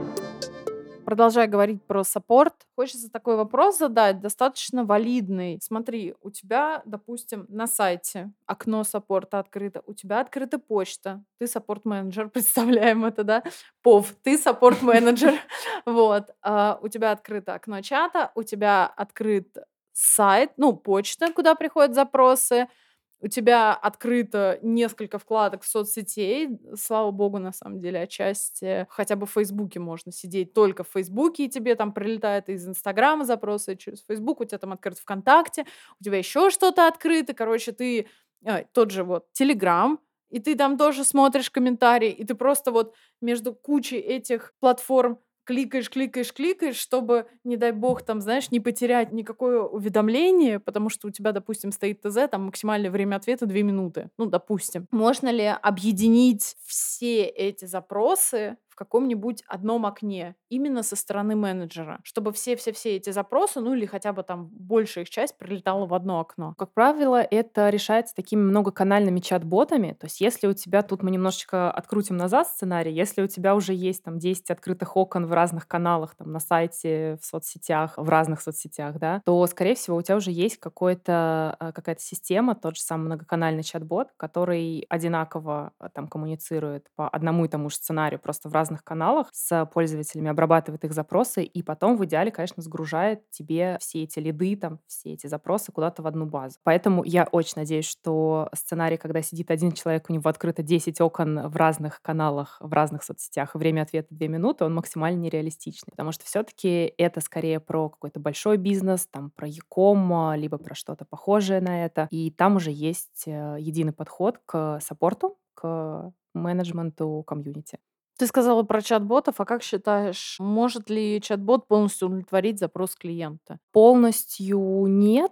Продолжая говорить про саппорт, хочется такой вопрос задать, достаточно валидный. Смотри, у тебя, допустим, на сайте окно саппорта открыто, у тебя открыта почта, ты саппорт-менеджер, представляем это, да? Пов, ты саппорт-менеджер. Вот. У тебя открыто окно чата, у тебя открыт сайт, ну, почта, куда приходят запросы, у тебя открыто несколько вкладок соцсетей. Слава богу, на самом деле, отчасти. Хотя бы в "Фейсбуке" можно сидеть только в "Фейсбуке", и тебе там прилетает из "Инстаграма" запросы, через "Фейсбук", у тебя там открыт "ВКонтакте", у тебя еще что-то открыто. Короче, ты тот же вот "Телеграм", и ты там тоже смотришь комментарии, и ты просто вот между кучей этих платформ кликаешь, кликаешь, кликаешь, чтобы, не дай бог, там, знаешь, не потерять никакое уведомление, потому что у тебя, допустим, стоит ТЗ, там максимальное время ответа 2 минуты. Ну, допустим. Можно ли объединить все эти запросы в каком-нибудь одном окне именно со стороны менеджера, чтобы все-все-все эти запросы, ну или хотя бы там большая их часть прилетала в одно окно? Как правило, это решается такими многоканальными чат-ботами. То есть если у тебя, тут мы немножечко открутим назад сценарий, если у тебя уже есть там 10 открытых окон в разных каналах, там на сайте, в соцсетях, в разных соцсетях, да, то, скорее всего, у тебя уже есть какая-то система, тот же самый многоканальный чат-бот, который одинаково там коммуницирует по одному и тому же сценарию, просто в разных каналах с пользователями, обрабатывает их запросы, и потом в идеале, конечно, сгружает тебе все эти лиды, там, все эти запросы куда-то в одну базу. Поэтому я очень надеюсь, что сценарий, когда сидит один человек, у него открыто 10 окон в разных каналах, в разных соцсетях, и время ответа 2 минуты, он максимально нереалистичный. Потому что все-таки это скорее про какой-то большой бизнес, там, про Яком, либо про что-то похожее на это. И там уже есть единый подход к саппорту, к менеджменту комьюнити. Ты сказала про чат-ботов, а как считаешь, может ли чат-бот полностью удовлетворить запрос клиента? Полностью нет,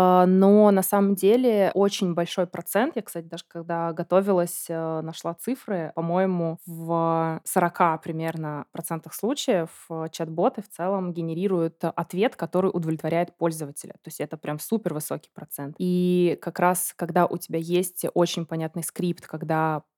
но на самом деле очень большой процент. Я, кстати, даже когда готовилась, нашла цифры. По-моему, в 40 примерно процентах случаев чат-боты в целом генерируют ответ, который удовлетворяет пользователя. То есть это прям супер высокий процент. И как раз, когда у тебя есть очень понятный скрипт, когда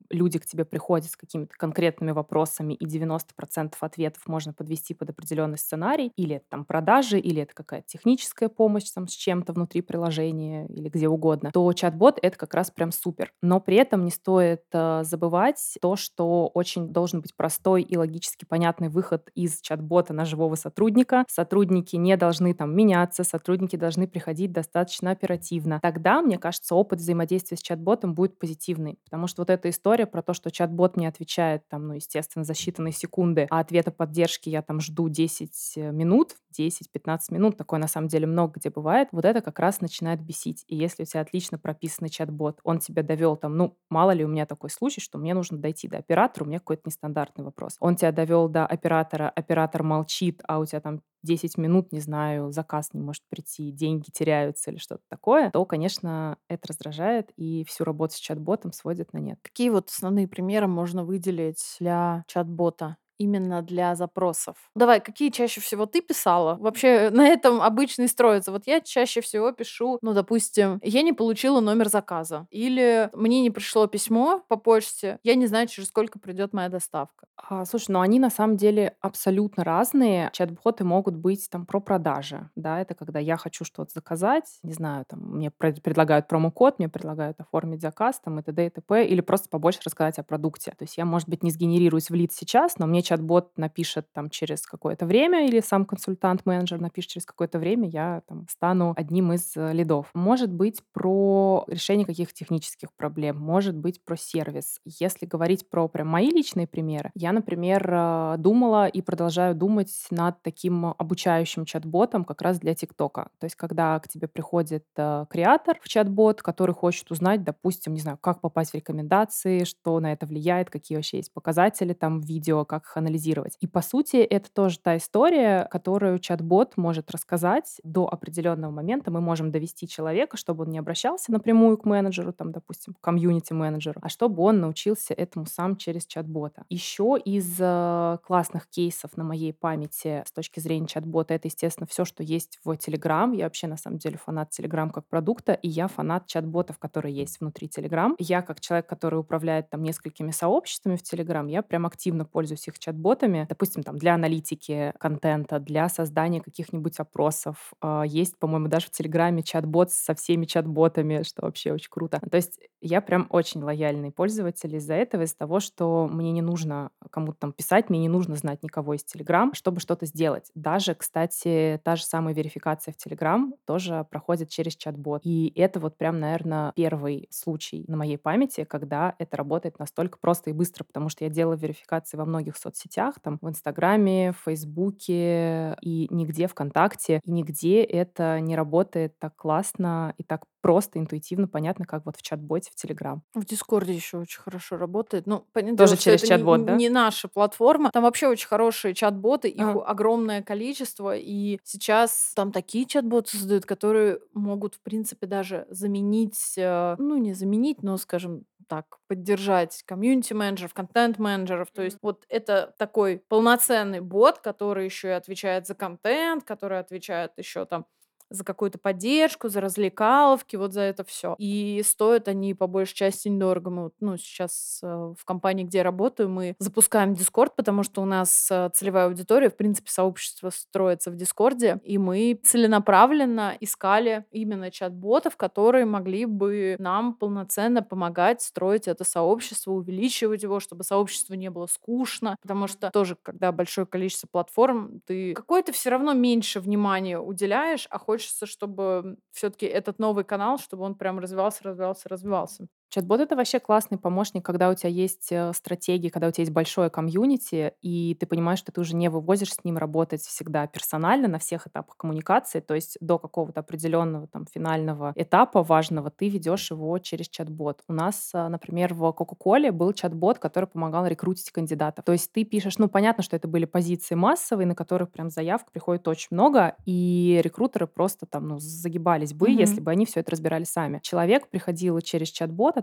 люди к тебе приходят с какими-то конкретными вопросами, и 90% ответов можно подвести под определенный сценарий, или это там продажи, или это какая-то техническая помощь там, с чем-то внутри приложения или где угодно, то чат-бот — это как раз прям супер. Но при этом не стоит забывать то, что очень должен быть простой и логически понятный выход из чат-бота на живого сотрудника. Сотрудники не должны там меняться, сотрудники должны приходить достаточно оперативно. Тогда, мне кажется, опыт взаимодействия с чат-ботом будет позитивный, потому что вот эта история про то, что чат-бот мне отвечает там, ну, естественно, за считанные секунды, а ответа поддержки я там жду 10 минут, 10-15 минут, такое на самом деле много где бывает, вот это как раз начинает бесить. И если у тебя отлично прописанный чат-бот, он тебя довел там, ну, мало ли у меня такой случай, что мне нужно дойти до оператора, у меня какой-то нестандартный вопрос. Он тебя довел до оператора, оператор молчит, а у тебя там 10 минут, не знаю, заказ не может прийти, деньги теряются или что-то такое, то, конечно, это раздражает и всю работу с чат-ботом сводит на нет. Какие вот основные примеры можно выделить для чат-бота? Именно для запросов. Давай, какие чаще всего ты писала? Вообще на этом обычно и строится. Вот я чаще всего пишу, ну, допустим, я не получила номер заказа. Или мне не пришло письмо по почте, я не знаю, через сколько придет моя доставка. Слушай, ну они на самом деле абсолютно разные. Чат-боты могут быть там про продажи, да, это когда я хочу что-то заказать, не знаю, там мне предлагают промокод, мне предлагают оформить заказ там и т.д. и т.п. Или просто побольше рассказать о продукте. То есть я, может быть, не сгенерируюсь в лид сейчас, но мне чат-бот напишет там через какое-то время или сам консультант-менеджер напишет через какое-то время, я там стану одним из лидов. Может быть про решение каких-то технических проблем, может быть про сервис. Если говорить про прям мои личные примеры, я, например, думала и продолжаю думать над таким обучающим чат-ботом как раз для ТикТока. То есть когда к тебе приходит креатор в чат-бот, который хочет узнать, допустим, не знаю, как попасть в рекомендации, что на это влияет, какие вообще есть показатели там в видео, как их анализировать. И, по сути, это тоже та история, которую чат-бот может рассказать до определенного момента. Мы можем довести человека, чтобы он не обращался напрямую к менеджеру, там, допустим, к комьюнити-менеджеру, а чтобы он научился этому сам через чат-бота. Еще из классных кейсов на моей памяти с точки зрения чат-бота это, естественно, все, что есть в Telegram. Я вообще, на самом деле, фанат Telegram как продукта, и я фанат чат-ботов, которые есть внутри Telegram. Я, как человек, который управляет там несколькими сообществами в Telegram, я прям активно пользуюсь их чат-ботами. Допустим, там для аналитики контента, для создания каких-нибудь опросов. Есть, по-моему, даже в Телеграме чат-бот со всеми чат-ботами, что вообще очень круто. То есть я прям очень лояльный пользователь из-за этого, из-за того, что мне не нужно кому-то там писать, мне не нужно знать никого из Telegram, чтобы что-то сделать. Даже, кстати, та же самая верификация в Telegram тоже проходит через чат-бот. И это вот прям, наверное, первый случай на моей памяти, когда это работает настолько просто и быстро, потому что я делала верификации во многих соцсетях, там в Инстаграме, в Фейсбуке и нигде ВКонтакте, и нигде это не работает так классно и так просто, интуитивно, понятно, как вот в чат-боте в Telegram. В Дискорде еще очень хорошо работает. Ну, понятное дело, Тоже что через это чат-бот, да? не наша платформа. Там вообще очень хорошие чат-боты, их Ага. огромное количество. И сейчас там такие чат-боты создают, которые могут, в принципе, даже заменить, ну, не заменить, но, скажем так, поддержать комьюнити-менеджеров, контент-менеджеров. То есть вот это такой полноценный бот, который еще и отвечает за контент, который отвечает еще там за какую-то поддержку, за развлекаловки, вот за это все. И стоят они по большей части недорого. Мы вот, ну, сейчас в компании, где я работаю, мы запускаем Discord, потому что у нас целевая аудитория, в принципе, сообщество строится в Дискорде, и мы целенаправленно искали именно чат-ботов, которые могли бы нам полноценно помогать строить это сообщество, увеличивать его, чтобы сообществу не было скучно, потому что тоже, когда большое количество платформ, ты какое-то все равно меньше внимания уделяешь, а хочется, чтобы все-таки этот новый канал, чтобы он прям развивался, развивался, развивался. Чат-бот — это вообще классный помощник, когда у тебя есть стратегии, когда у тебя есть большое комьюнити, и ты понимаешь, что ты уже не вывозишь с ним работать всегда персонально на всех этапах коммуникации, то есть до какого-то определенного там финального этапа важного ты ведешь его через чат-бот. У нас, например, в Кока-Коле был чат-бот, который помогал рекрутить кандидатов. То есть ты пишешь, ну, понятно, что это были позиции массовые, на которых прям заявок приходит очень много, и рекрутеры просто там, ну, загибались бы, если Мгм. бы они все это разбирали сами. Человек приходил через чат-бот,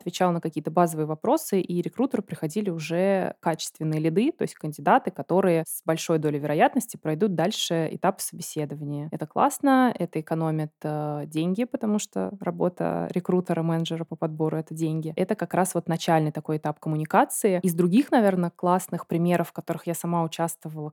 отвечала на какие-то базовые вопросы, и рекрутеру приходили уже качественные лиды, то есть кандидаты, которые с большой долей вероятности пройдут дальше этап собеседования. Это классно, это экономит деньги, потому что работа рекрутера, менеджера по подбору — это деньги. Это как раз вот начальный такой этап коммуникации. Из других, наверное, классных примеров, в которых я сама участвовала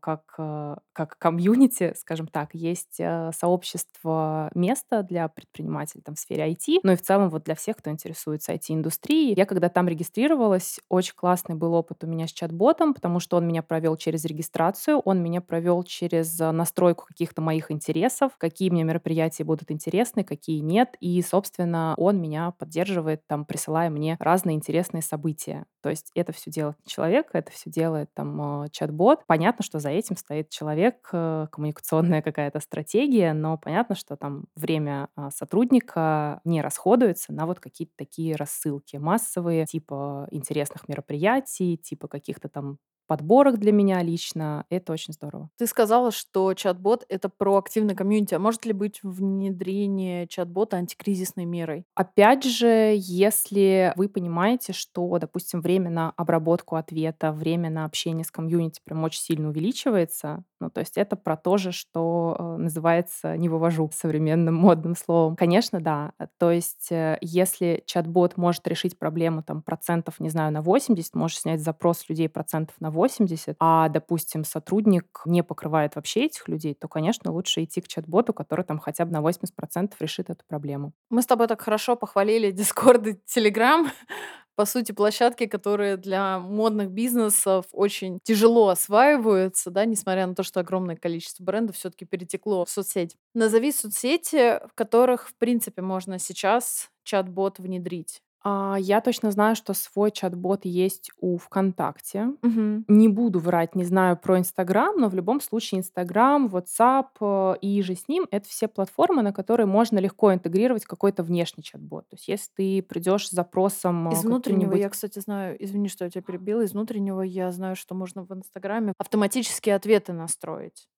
как комьюнити, скажем так, есть сообщество места для предпринимателей там, в сфере IT, но и в целом вот для всех, кто интересуется IT-индустрией. Я когда там регистрировалась, очень классный был опыт у меня с чат-ботом, потому что он меня провел через регистрацию, он меня провел через настройку каких-то моих интересов, какие мне мероприятия будут интересны, какие нет. И, собственно, он меня поддерживает, там, присылая мне разные интересные события. То есть это все делает не человек, это все делает там чат-бот. Понятно, что за этим стоит человек, коммуникационная какая-то стратегия, но понятно, что там время сотрудника не расходуется на вот какие-то такие рассылки массовые, типа интересных мероприятий, типа каких-то там подборок для меня лично. Это очень здорово. Ты сказала, что чат-бот — это проактивный комьюнити. А может ли быть внедрение чат-бота антикризисной мерой? Опять же, если вы понимаете, что, допустим, время на обработку ответа, время на общение с комьюнити прям очень сильно увеличивается, ну, то есть это про то же, что называется «не вывожу» современным модным словом. Конечно, да. То есть если чат-бот может решить проблему там процентов, не знаю, на 80, может снять запрос людей процентов на 80, а, допустим, сотрудник не покрывает вообще этих людей, то, конечно, лучше идти к чат-боту, который там хотя бы на 80% решит эту проблему. Мы с тобой так хорошо похвалили Discord и Telegram. По сути, площадки, которые для модных бизнесов очень тяжело осваиваются, да, несмотря на то, что огромное количество брендов все-таки перетекло в соцсеть. Назови соцсети, в которых, в принципе, можно сейчас чат-бот внедрить. Я точно знаю, что свой чат-бот есть у "ВКонтакте". Мгм. Не буду врать, не знаю про "Инстаграм", но в любом случае "Инстаграм", "Ватсап", и же с ним — это все платформы, на которые можно легко интегрировать какой-то внешний чат-бот. То есть если ты придешь с запросом, Из внутреннего каким-нибудь. я, кстати, знаю, извини, что я тебя перебила, из внутреннего я знаю, что можно в Инстаграме автоматические ответы настроить,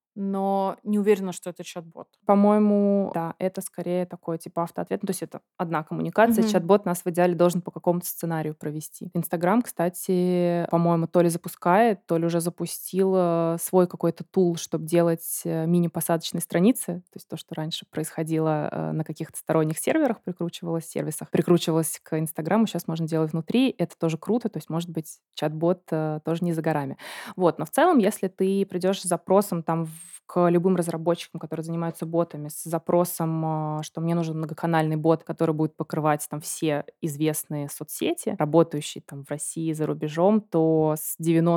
но не уверена, что это чат-бот. По-моему, да, это скорее такой типа автоответ. Ну, то есть это одна коммуникация. Мгм. Чат-бот нас в идеале должен по какому-то сценарию провести. Инстаграм, кстати, по-моему, то ли запускает, то ли уже запустил свой какой-то тул, чтобы делать мини-посадочные страницы. То есть то, что раньше происходило на каких-то сторонних серверах, прикручивалось, сервисах, прикручивалось к Инстаграму, сейчас можно делать внутри. Это тоже круто. То есть, может быть, чат-бот тоже не за горами. Вот, но в целом, если ты придешь с запросом там к любым разработчикам, которые занимаются ботами, с запросом, что мне нужен многоканальный бот, который будет покрывать там все известные соцсети, работающие там в России, за рубежом, то с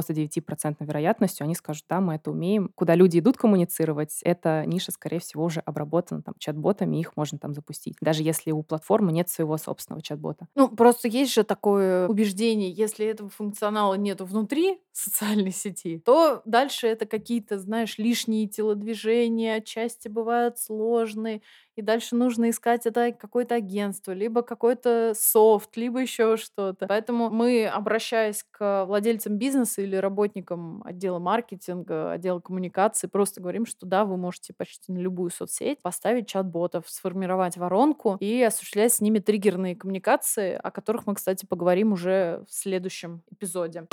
99% вероятностью они скажут: да, мы это умеем. Куда люди идут коммуницировать, эта ниша, скорее всего, уже обработана там чат-ботами, их можно там запустить, даже если у платформы нет своего собственного чат-бота. Ну, просто есть же такое убеждение, если этого функционала нету внутри социальной сети, то дальше это какие-то, знаешь, лишние телодвижения, отчасти бывают сложные, и дальше нужно искать это какое-то агентство, либо какой-то софт, либо еще что-то. Поэтому мы, обращаясь к владельцам бизнеса или работникам отдела маркетинга, отдела коммуникации, просто говорим, что да, вы можете почти на любую соцсеть поставить чат-ботов, сформировать воронку и осуществлять с ними триггерные коммуникации, о которых мы, кстати, поговорим уже в следующем эпизоде.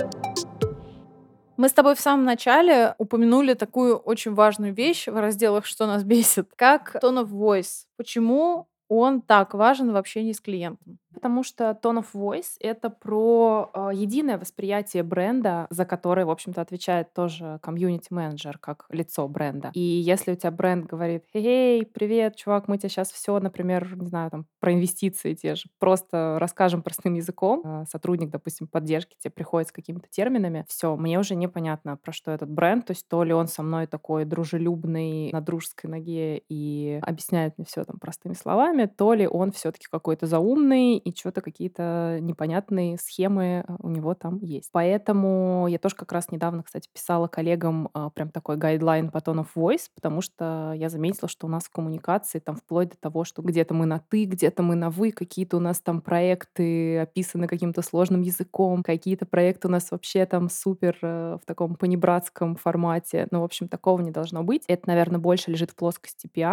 Мы с тобой в самом начале упомянули такую очень важную вещь в разделах «Что нас бесит», как tone of voice. Почему он так важен в общении с клиентом? Потому что tone of voice — это про единое восприятие бренда, за которое, в общем-то, отвечает тоже комьюнити-менеджер, как лицо бренда. И если у тебя бренд говорит: «Эй, привет, чувак, мы тебе сейчас все, например, не знаю, там, про инвестиции те же, просто расскажем простым языком», сотрудник, допустим, поддержки тебе приходит с какими-то терминами, все, мне уже непонятно, про что этот бренд, то есть то ли он со мной такой дружелюбный, на дружеской ноге и объясняет мне все там простыми словами, то ли он все-таки какой-то заумный, и что то какие-то непонятные схемы у него там есть. Поэтому я тоже как раз недавно, кстати, писала коллегам прям такой гайдлайн по tone of voice, потому что я заметила, что у нас в коммуникации там вплоть до того, что где-то мы на «ты», где-то мы на «вы», какие-то у нас там проекты описаны каким-то сложным языком, какие-то проекты у нас вообще там супер в таком понебратском формате. Ну, в общем, такого не должно быть. Это, наверное, больше лежит в плоскости пиар,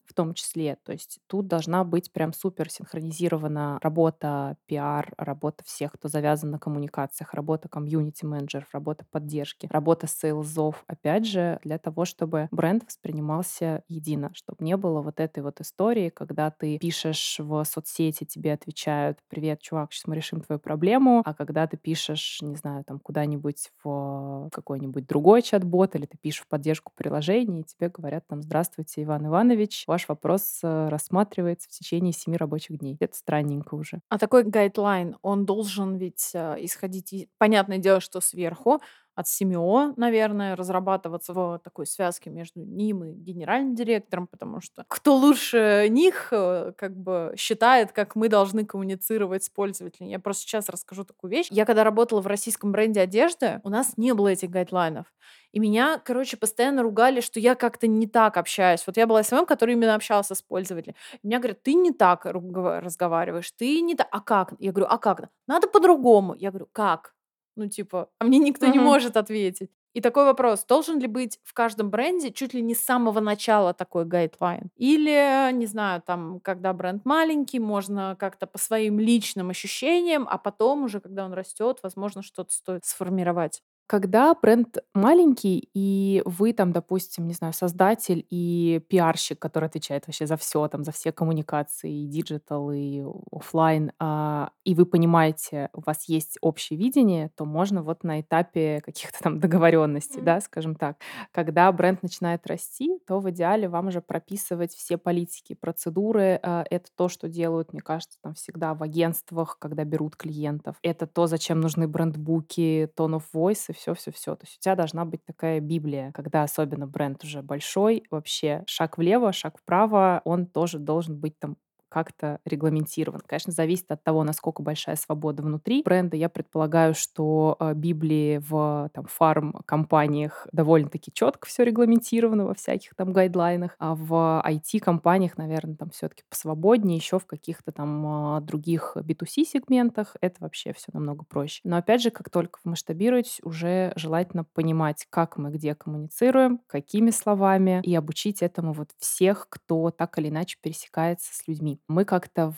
в том числе. То есть тут должна быть прям супер синхронизирована работа пиар, работа всех, кто завязан на коммуникациях, работа комьюнити-менеджеров, работа поддержки, работа сейлзов. Опять же, для того, чтобы бренд воспринимался едино, чтобы не было вот этой вот истории, когда ты пишешь в соцсети, тебе отвечают: «Привет, чувак, сейчас мы решим твою проблему», а когда ты пишешь, не знаю, там куда-нибудь в какой-нибудь другой чат-бот или ты пишешь в поддержку приложений, и тебе говорят там: «Здравствуйте, Иван Иванович, ваш вопрос рассматривается в течение 7 рабочих дней». Это странненько уже. А такой гайдлайн, он должен ведь, исходить понятное дело, что сверху, от СМО, наверное, разрабатываться в такой связке между ним и генеральным директором, потому что кто лучше них, как бы считает, как мы должны коммуницировать с пользователем. Я просто сейчас расскажу такую вещь. Я когда работала в российском бренде одежды, у нас не было этих гайдлайнов. И меня, короче, постоянно ругали, что я как-то не так общаюсь. Вот я была СММ, который именно общался с пользователем. И мне говорят: ты не так разговариваешь, ты не так. А как? Я говорю: а как? Надо по-другому. Я говорю: как? Ну, типа, а мне никто не Мгм. может ответить. И такой вопрос: должен ли быть в каждом бренде чуть ли не с самого начала такой гайдлайн? Или, не знаю, там, когда бренд маленький, можно как-то по своим личным ощущениям, а потом уже, когда он растет, возможно, что-то стоит сформировать. Когда бренд маленький, и вы там, допустим, не знаю, создатель и пиарщик, который отвечает вообще за все, там, за все коммуникации, и диджитал, и оффлайн, и вы понимаете, у вас есть общее видение, то можно вот на этапе каких-то там договоренностей, да, скажем так. Когда бренд начинает расти, то в идеале вам уже прописывать все политики, процедуры. Это то, что делают, мне кажется, там всегда в агентствах, когда берут клиентов. Это то, зачем нужны брендбуки, tone of voice и все-все-все. То есть у тебя должна быть такая библия, когда особенно бренд уже большой, вообще шаг влево, шаг вправо, он тоже должен быть там как-то регламентирован. Конечно, зависит от того, насколько большая свобода внутри бренда. Я предполагаю, что Библии в там, фарм-компаниях довольно-таки четко все регламентировано во всяких там гайдлайнах, а в IT-компаниях, наверное, там все-таки посвободнее, еще в каких-то там других B2C-сегментах это вообще все намного проще. Но опять же, как только вы масштабируетесь, уже желательно понимать, как мы где коммуницируем, какими словами, и обучить этому вот всех, кто так или иначе пересекается с людьми. Мы как-то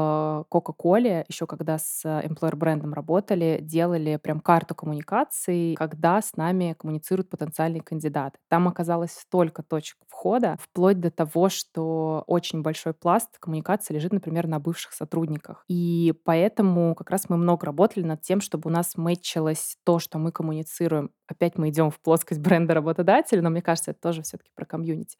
в Coca-Cola, еще когда с employer-брендом работали, делали прям карту коммуникаций, когда с нами коммуницируют потенциальные кандидаты. Там оказалось столько точек входа, вплоть до того, что очень большой пласт коммуникации лежит, например, на бывших сотрудниках. И поэтому как раз мы много работали над тем, чтобы у нас мэтчилось то, что мы коммуницируем. Опять мы идем в плоскость бренда работодателя, но мне кажется, это тоже все-таки про комьюнити.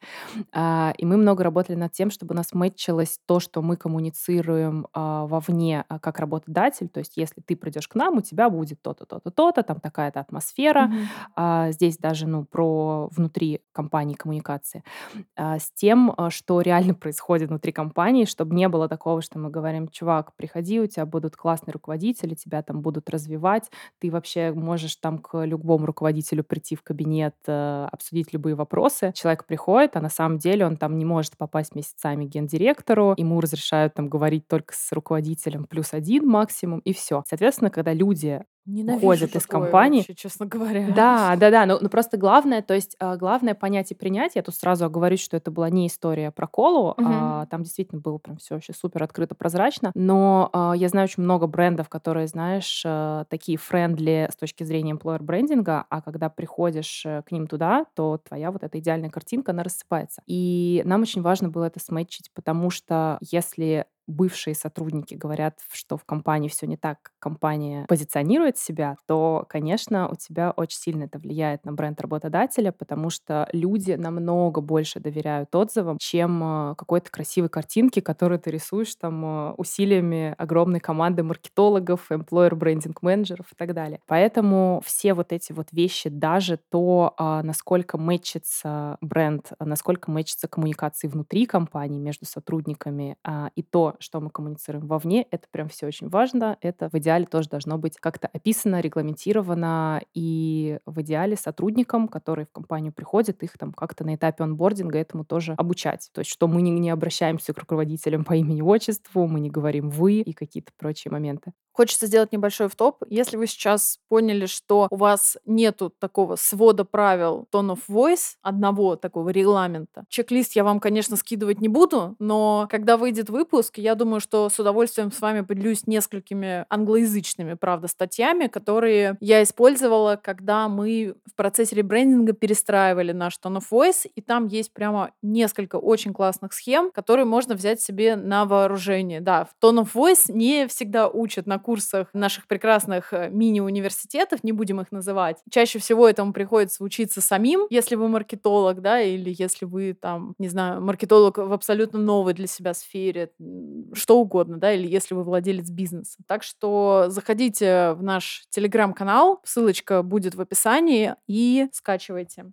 И мы много работали над тем, чтобы у нас мэтчилось то, что мы коммуницируем вовне как работодатель. То есть если ты придешь к нам, у тебя будет то-то, то-то, то-то, там такая-то атмосфера. Мгм. Здесь даже про внутри компании коммуникации. С тем, что реально происходит внутри компании, чтобы не было такого, что мы говорим: чувак, приходи, у тебя будут классные руководители, тебя там будут развивать, ты вообще можешь там к любому руководителю прийти в кабинет, обсудить любые вопросы. Человек приходит, а на самом деле он там не может попасть месяцами к гендиректору, ему разрешают там говорить только с руководителем плюс один максимум, и все. Соответственно, когда люди Ненавижу уходят из такое компании. вообще, честно говоря. Да, да-да, но просто главное, то есть, главное понять и принять. Я тут сразу оговорюсь, что это была не история про колу, Мгм. там действительно было прям все вообще супер открыто, прозрачно. Но, я знаю очень много брендов, которые, знаешь, такие френдли с точки зрения employer-брендинга, а когда приходишь, к ним туда, то твоя вот эта идеальная картинка, она рассыпается. И нам очень важно было это сметчить, потому что если бывшие сотрудники говорят, что в компании все не так, как компания позиционирует себя, то, конечно, у тебя очень сильно это влияет на бренд работодателя, потому что люди намного больше доверяют отзывам, чем какой-то красивой картинке, которую ты рисуешь там усилиями огромной команды маркетологов, employer брендинг менеджеров и так далее. Поэтому все вот эти вот вещи, даже то, насколько мэчится бренд, насколько мэчится коммуникации внутри компании между сотрудниками, и то, что мы коммуницируем вовне, это прям все очень важно. Это в идеале тоже должно быть как-то описано, регламентировано, и в идеале сотрудникам, которые в компанию приходят, их там как-то на этапе онбординга этому тоже обучать. То есть что мы не обращаемся к руководителям по имени-отчеству, мы не говорим «вы» и какие-то прочие моменты. Хочется сделать небольшой втоп. Если вы сейчас поняли, что у вас нету такого свода правил tone of voice, одного такого регламента, чек-лист я вам, конечно, скидывать не буду, но когда выйдет выпуск, я думаю, что с удовольствием с вами поделюсь несколькими англоязычными, правда, статьями, которые я использовала, когда мы в процессе ребрендинга перестраивали наш tone of voice, и там есть прямо несколько очень классных схем, которые можно взять себе на вооружение. Да, в tone of voice не всегда учат на курсах наших прекрасных мини-университетов, не будем их называть. Чаще всего этому приходится учиться самим, если вы маркетолог, да, или если вы там, не знаю, маркетолог в абсолютно новой для себя сфере, что угодно, да, или если вы владелец бизнеса. Так что заходите в наш телеграм-канал, ссылочка будет в описании, и скачивайте.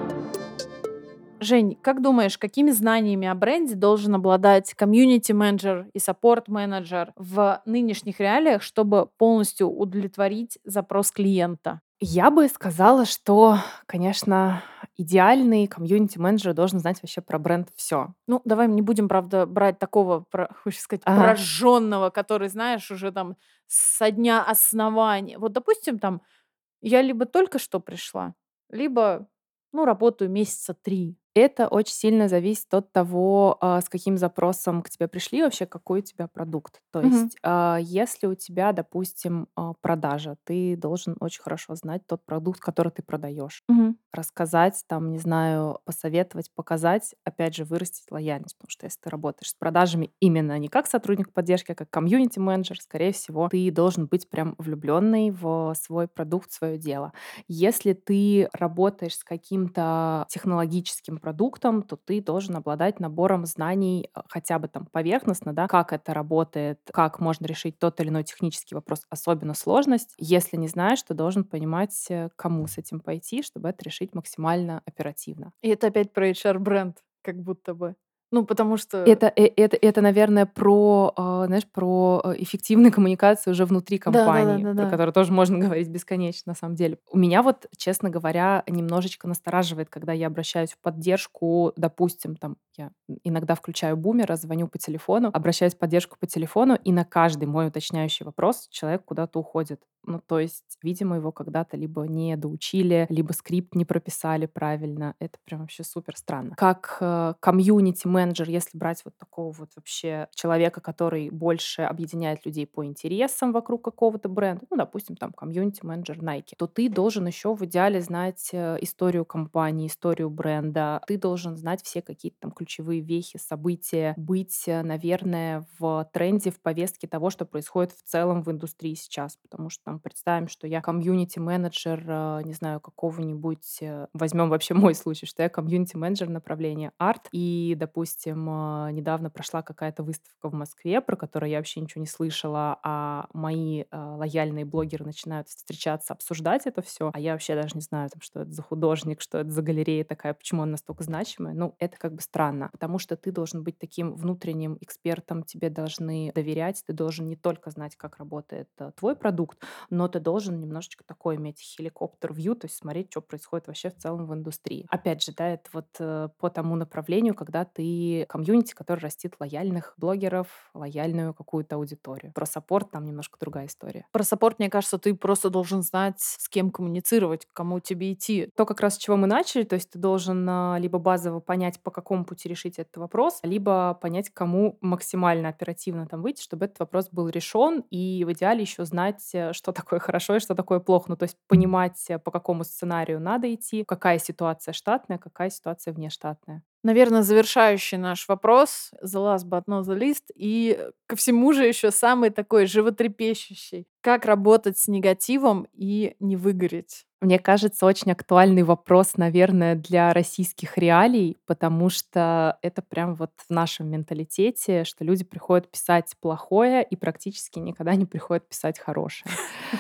Жень, как думаешь, какими знаниями о бренде должен обладать комьюнити-менеджер и саппорт-менеджер в нынешних реалиях, чтобы полностью удовлетворить запрос клиента? Я бы сказала, что, конечно, идеальный комьюнити-менеджер должен знать вообще про бренд все. Ну, давай не будем, правда, брать такого, хочешь сказать, Ага. прожженного, который, знаешь, уже там со дня основания. Вот, допустим, там, я либо только что пришла, либо, ну, работаю месяца 3. Это очень сильно зависит от того, с каким запросом к тебе пришли, вообще какой у тебя продукт. То Мгм. есть, если у тебя, допустим, продажа, ты должен очень хорошо знать тот продукт, который ты продаешь. Мгм. Рассказать, там, не знаю, посоветовать, показать, опять же, вырастить лояльность. Потому что если ты работаешь с продажами именно не как сотрудник поддержки, а как комьюнити-менеджер, скорее всего, ты должен быть прям влюбленный в свой продукт, в свое дело. Если ты работаешь с каким-то технологическим продуктом, то ты должен обладать набором знаний хотя бы там поверхностно, да, как это работает, как можно решить тот или иной технический вопрос, особенно сложность. Если не знаешь, то должен понимать, кому с этим пойти, чтобы это решить максимально оперативно. И это опять про HR-бренд, как будто бы. Ну, потому что... Это, наверное, про, знаешь, про эффективную коммуникацию уже внутри Да, да, да, компании, да, про да. которую тоже можно говорить бесконечно, на самом деле. У меня вот, честно говоря, немножечко настораживает, когда я обращаюсь в поддержку, допустим, там, я иногда включаю бумера, звоню по телефону, обращаюсь в поддержку по телефону, и на каждый мой уточняющий вопрос человек куда-то уходит. Ну, то есть, видимо, его когда-то либо не доучили, либо скрипт не прописали правильно. Это прям вообще супер странно. Как комьюнити-менеджер, если брать вот такого вот вообще человека, который больше объединяет людей по интересам вокруг какого-то бренда, ну, допустим, там комьюнити-менеджер Nike, то ты должен еще в идеале знать историю компании, историю бренда. Ты должен знать все какие-то там ключевые вехи, события, быть, наверное, в тренде, в повестке того, что происходит в целом в индустрии сейчас. Потому что там представим, что я комьюнити-менеджер, не знаю, какого-нибудь, возьмем вообще мой случай, что я комьюнити-менеджер направления арт, и, допустим, недавно прошла какая-то выставка в Москве, про которую я вообще ничего не слышала, а мои лояльные блогеры начинают встречаться, обсуждать это все, а я вообще даже не знаю, там, что это за художник, что это за галерея такая, почему она настолько значимая. Ну, это как бы странно, потому что ты должен быть таким внутренним экспертом, тебе должны доверять, ты должен не только знать, как работает твой продукт, но ты должен немножечко такой иметь хеликоптер-вью, то есть смотреть, что происходит вообще в целом в индустрии. Опять же, да, это вот по тому направлению, когда ты комьюнити, который растит лояльных блогеров, лояльную какую-то аудиторию. Про саппорт там немножко другая история. Про саппорт, мне кажется, ты просто должен знать, с кем коммуницировать, к кому тебе идти. То, как раз с чего мы начали, то есть ты должен либо базово понять, по какому пути решить этот вопрос, либо понять, к кому максимально оперативно там выйти, чтобы этот вопрос был решен, и в идеале еще знать, что такое хорошо и что такое плохо. Ну, то есть понимать, по какому сценарию надо идти, какая ситуация штатная, какая ситуация внештатная. Наверное, завершающий наш вопрос, the last but not the least, и ко всему же еще самый такой животрепещущий. Как работать с негативом и не выгореть? Мне кажется, очень актуальный вопрос, наверное, для российских реалий, потому что это прям вот в нашем менталитете, что люди приходят писать плохое и практически никогда не приходят писать хорошее.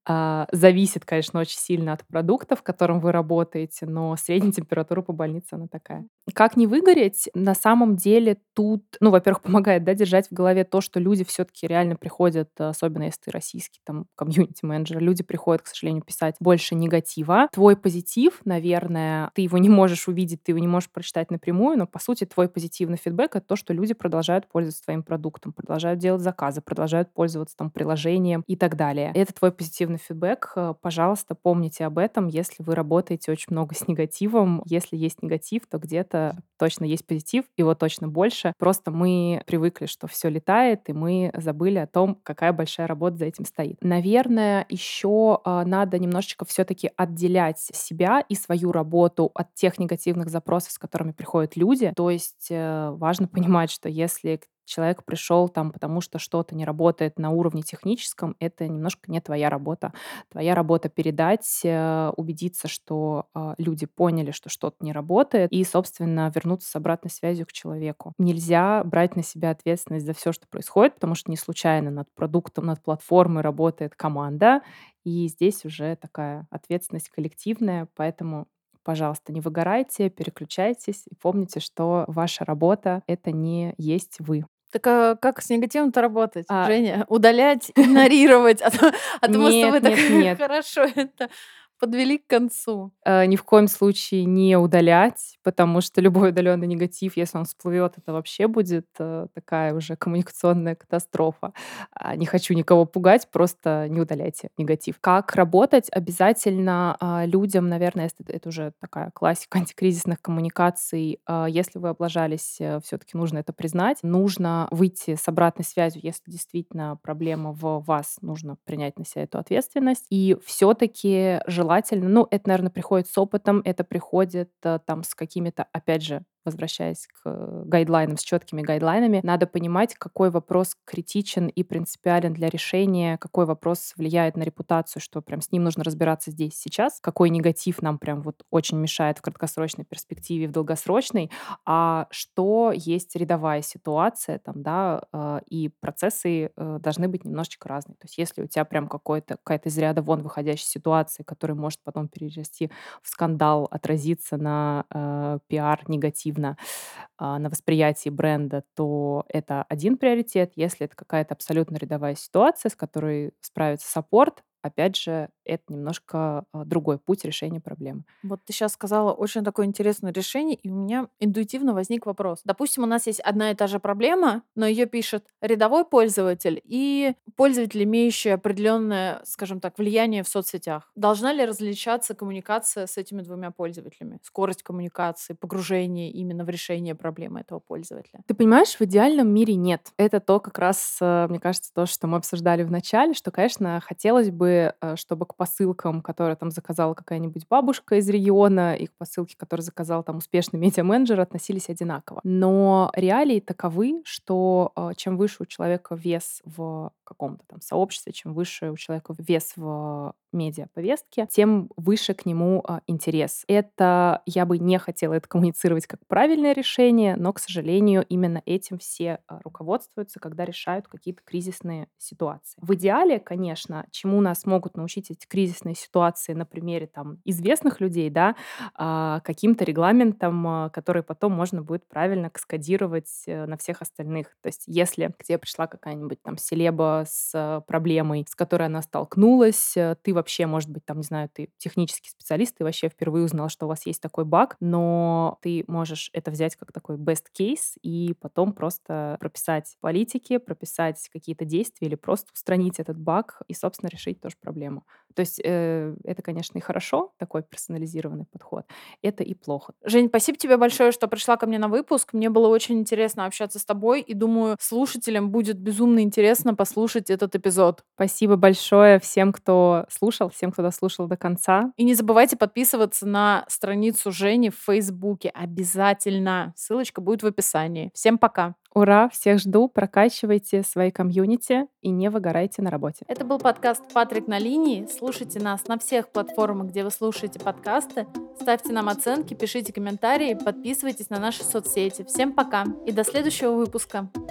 Зависит, конечно, очень сильно от продукта, в котором вы работаете, но средняя температура по больнице, она такая. Как не выгореть? На самом деле тут, ну, во-первых, помогает, да, держать в голове то, что люди все-таки реально приходят, особенно если ты российский там комьюнити-менеджер, люди приходят, к сожалению, писать больше негатива. Твой позитив, наверное, ты его не можешь увидеть, ты его не можешь прочитать напрямую, но, по сути, твой позитивный фидбэк — это то, что люди продолжают пользоваться твоим продуктом, продолжают делать заказы, продолжают пользоваться там приложением и так далее. Это твой позитивный фидбэк. Пожалуйста, помните об этом, если вы работаете очень много с негативом. Если есть негатив, то где-то точно есть позитив, его точно больше. Просто мы привыкли, что все летает, и мы забыли о том, какая большая работа за этим стоит. Наверное, еще надо немножечко все-таки отделять себя и свою работу от тех негативных запросов, с которыми приходят люди. То есть важно понимать, что если человек пришел там, потому что что-то не работает на уровне техническом, это немножко не твоя работа. Твоя работа передать, убедиться, что люди поняли, что что-то не работает, и, собственно, вернуться с обратной связью к человеку. Нельзя брать на себя ответственность за все, что происходит, потому что не случайно над продуктом, над платформой работает команда, и здесь уже такая ответственность коллективная, поэтому пожалуйста, не выгорайте, переключайтесь и помните, что ваша работа — это не есть вы. Так а как с негативом-то работать, А, Женя? Удалять, игнорировать? А то мы с нет, тобой так нет, нет. хорошо это подвели к концу. Ни в коем случае не удалять, потому что любой удаленный негатив, если он всплывет, это вообще будет такая уже коммуникационная катастрофа. Не хочу никого пугать, просто не удаляйте негатив. Как работать? Обязательно людям, наверное, если это уже такая классика антикризисных коммуникаций, если вы облажались, все-таки нужно это признать. Нужно выйти с обратной связью, если действительно проблема в вас, нужно принять на себя эту ответственность. И все-таки желательно, ну, это, наверное, приходит с опытом, это приходит там с какими-то, опять же, возвращаясь к гайдлайнам, с четкими гайдлайнами, надо понимать, какой вопрос критичен и принципиален для решения, какой вопрос влияет на репутацию, что прям с ним нужно разбираться здесь сейчас, какой негатив нам прям вот очень мешает в краткосрочной перспективе, в долгосрочной, а что есть рядовая ситуация там, да, и процессы должны быть немножечко разные. То есть если у тебя прям какая-то из ряда вон выходящая ситуация, которая может потом перерасти в скандал, отразиться на пиар негативно, на восприятии бренда, то это один приоритет. Если это какая-то абсолютно рядовая ситуация, с которой справится саппорт, опять же, это немножко другой путь решения проблемы. Вот ты сейчас сказала очень такое интересное решение, и у меня интуитивно возник вопрос. Допустим, у нас есть одна и та же проблема, но ее пишет рядовой пользователь и пользователь, имеющий определенное, скажем так, влияние в соцсетях. Должна ли различаться коммуникация с этими двумя пользователями? Скорость коммуникации, погружение именно в решение проблемы этого пользователя. Ты понимаешь, в идеальном мире нет. Это то как раз, мне кажется, то, что мы обсуждали в начале, что, конечно, хотелось бы, чтобы к посылкам, которые там заказала какая-нибудь бабушка из региона, и к посылке, которую заказал там успешный медиа-менеджер, относились одинаково. Но реалии таковы, что чем выше у человека вес в каком-то там сообществе, чем выше у человека вес в медиаповестке, тем выше к нему интерес. Это я бы не хотела это коммуницировать как правильное решение, но, к сожалению, именно этим все руководствуются, когда решают какие-то кризисные ситуации. В идеале, конечно, чему нас могут научить эти кризисные ситуации на примере там известных людей, да, каким-то регламентом, который потом можно будет правильно каскадировать на всех остальных. То есть если к тебе пришла какая-нибудь там селеба с проблемой, с которой она столкнулась, ты вообще, может быть, там, не знаю, ты технический специалист, ты вообще впервые узнал, что у вас есть такой баг, но ты можешь это взять как такой best case и потом просто прописать политики, прописать какие-то действия или просто устранить этот баг и, собственно, решить тоже проблему. То есть это, конечно, и хорошо, такой персонализированный подход, это и плохо. Жень, спасибо тебе большое, что пришла ко мне на выпуск. Мне было очень интересно общаться с тобой, и думаю, слушателям будет безумно интересно послушать этот эпизод. Спасибо большое всем, кто слушал, всем, кто дослушал до конца. И не забывайте подписываться на страницу Жени в Фейсбуке. Обязательно. Ссылочка будет в описании. Всем пока. Ура, всех жду, прокачивайте свои комьюнити и не выгорайте на работе. Это был подкаст «Патрик на линии». Слушайте нас на всех платформах, где вы слушаете подкасты. Ставьте нам оценки, пишите комментарии, подписывайтесь на наши соцсети. Всем пока и до следующего выпуска.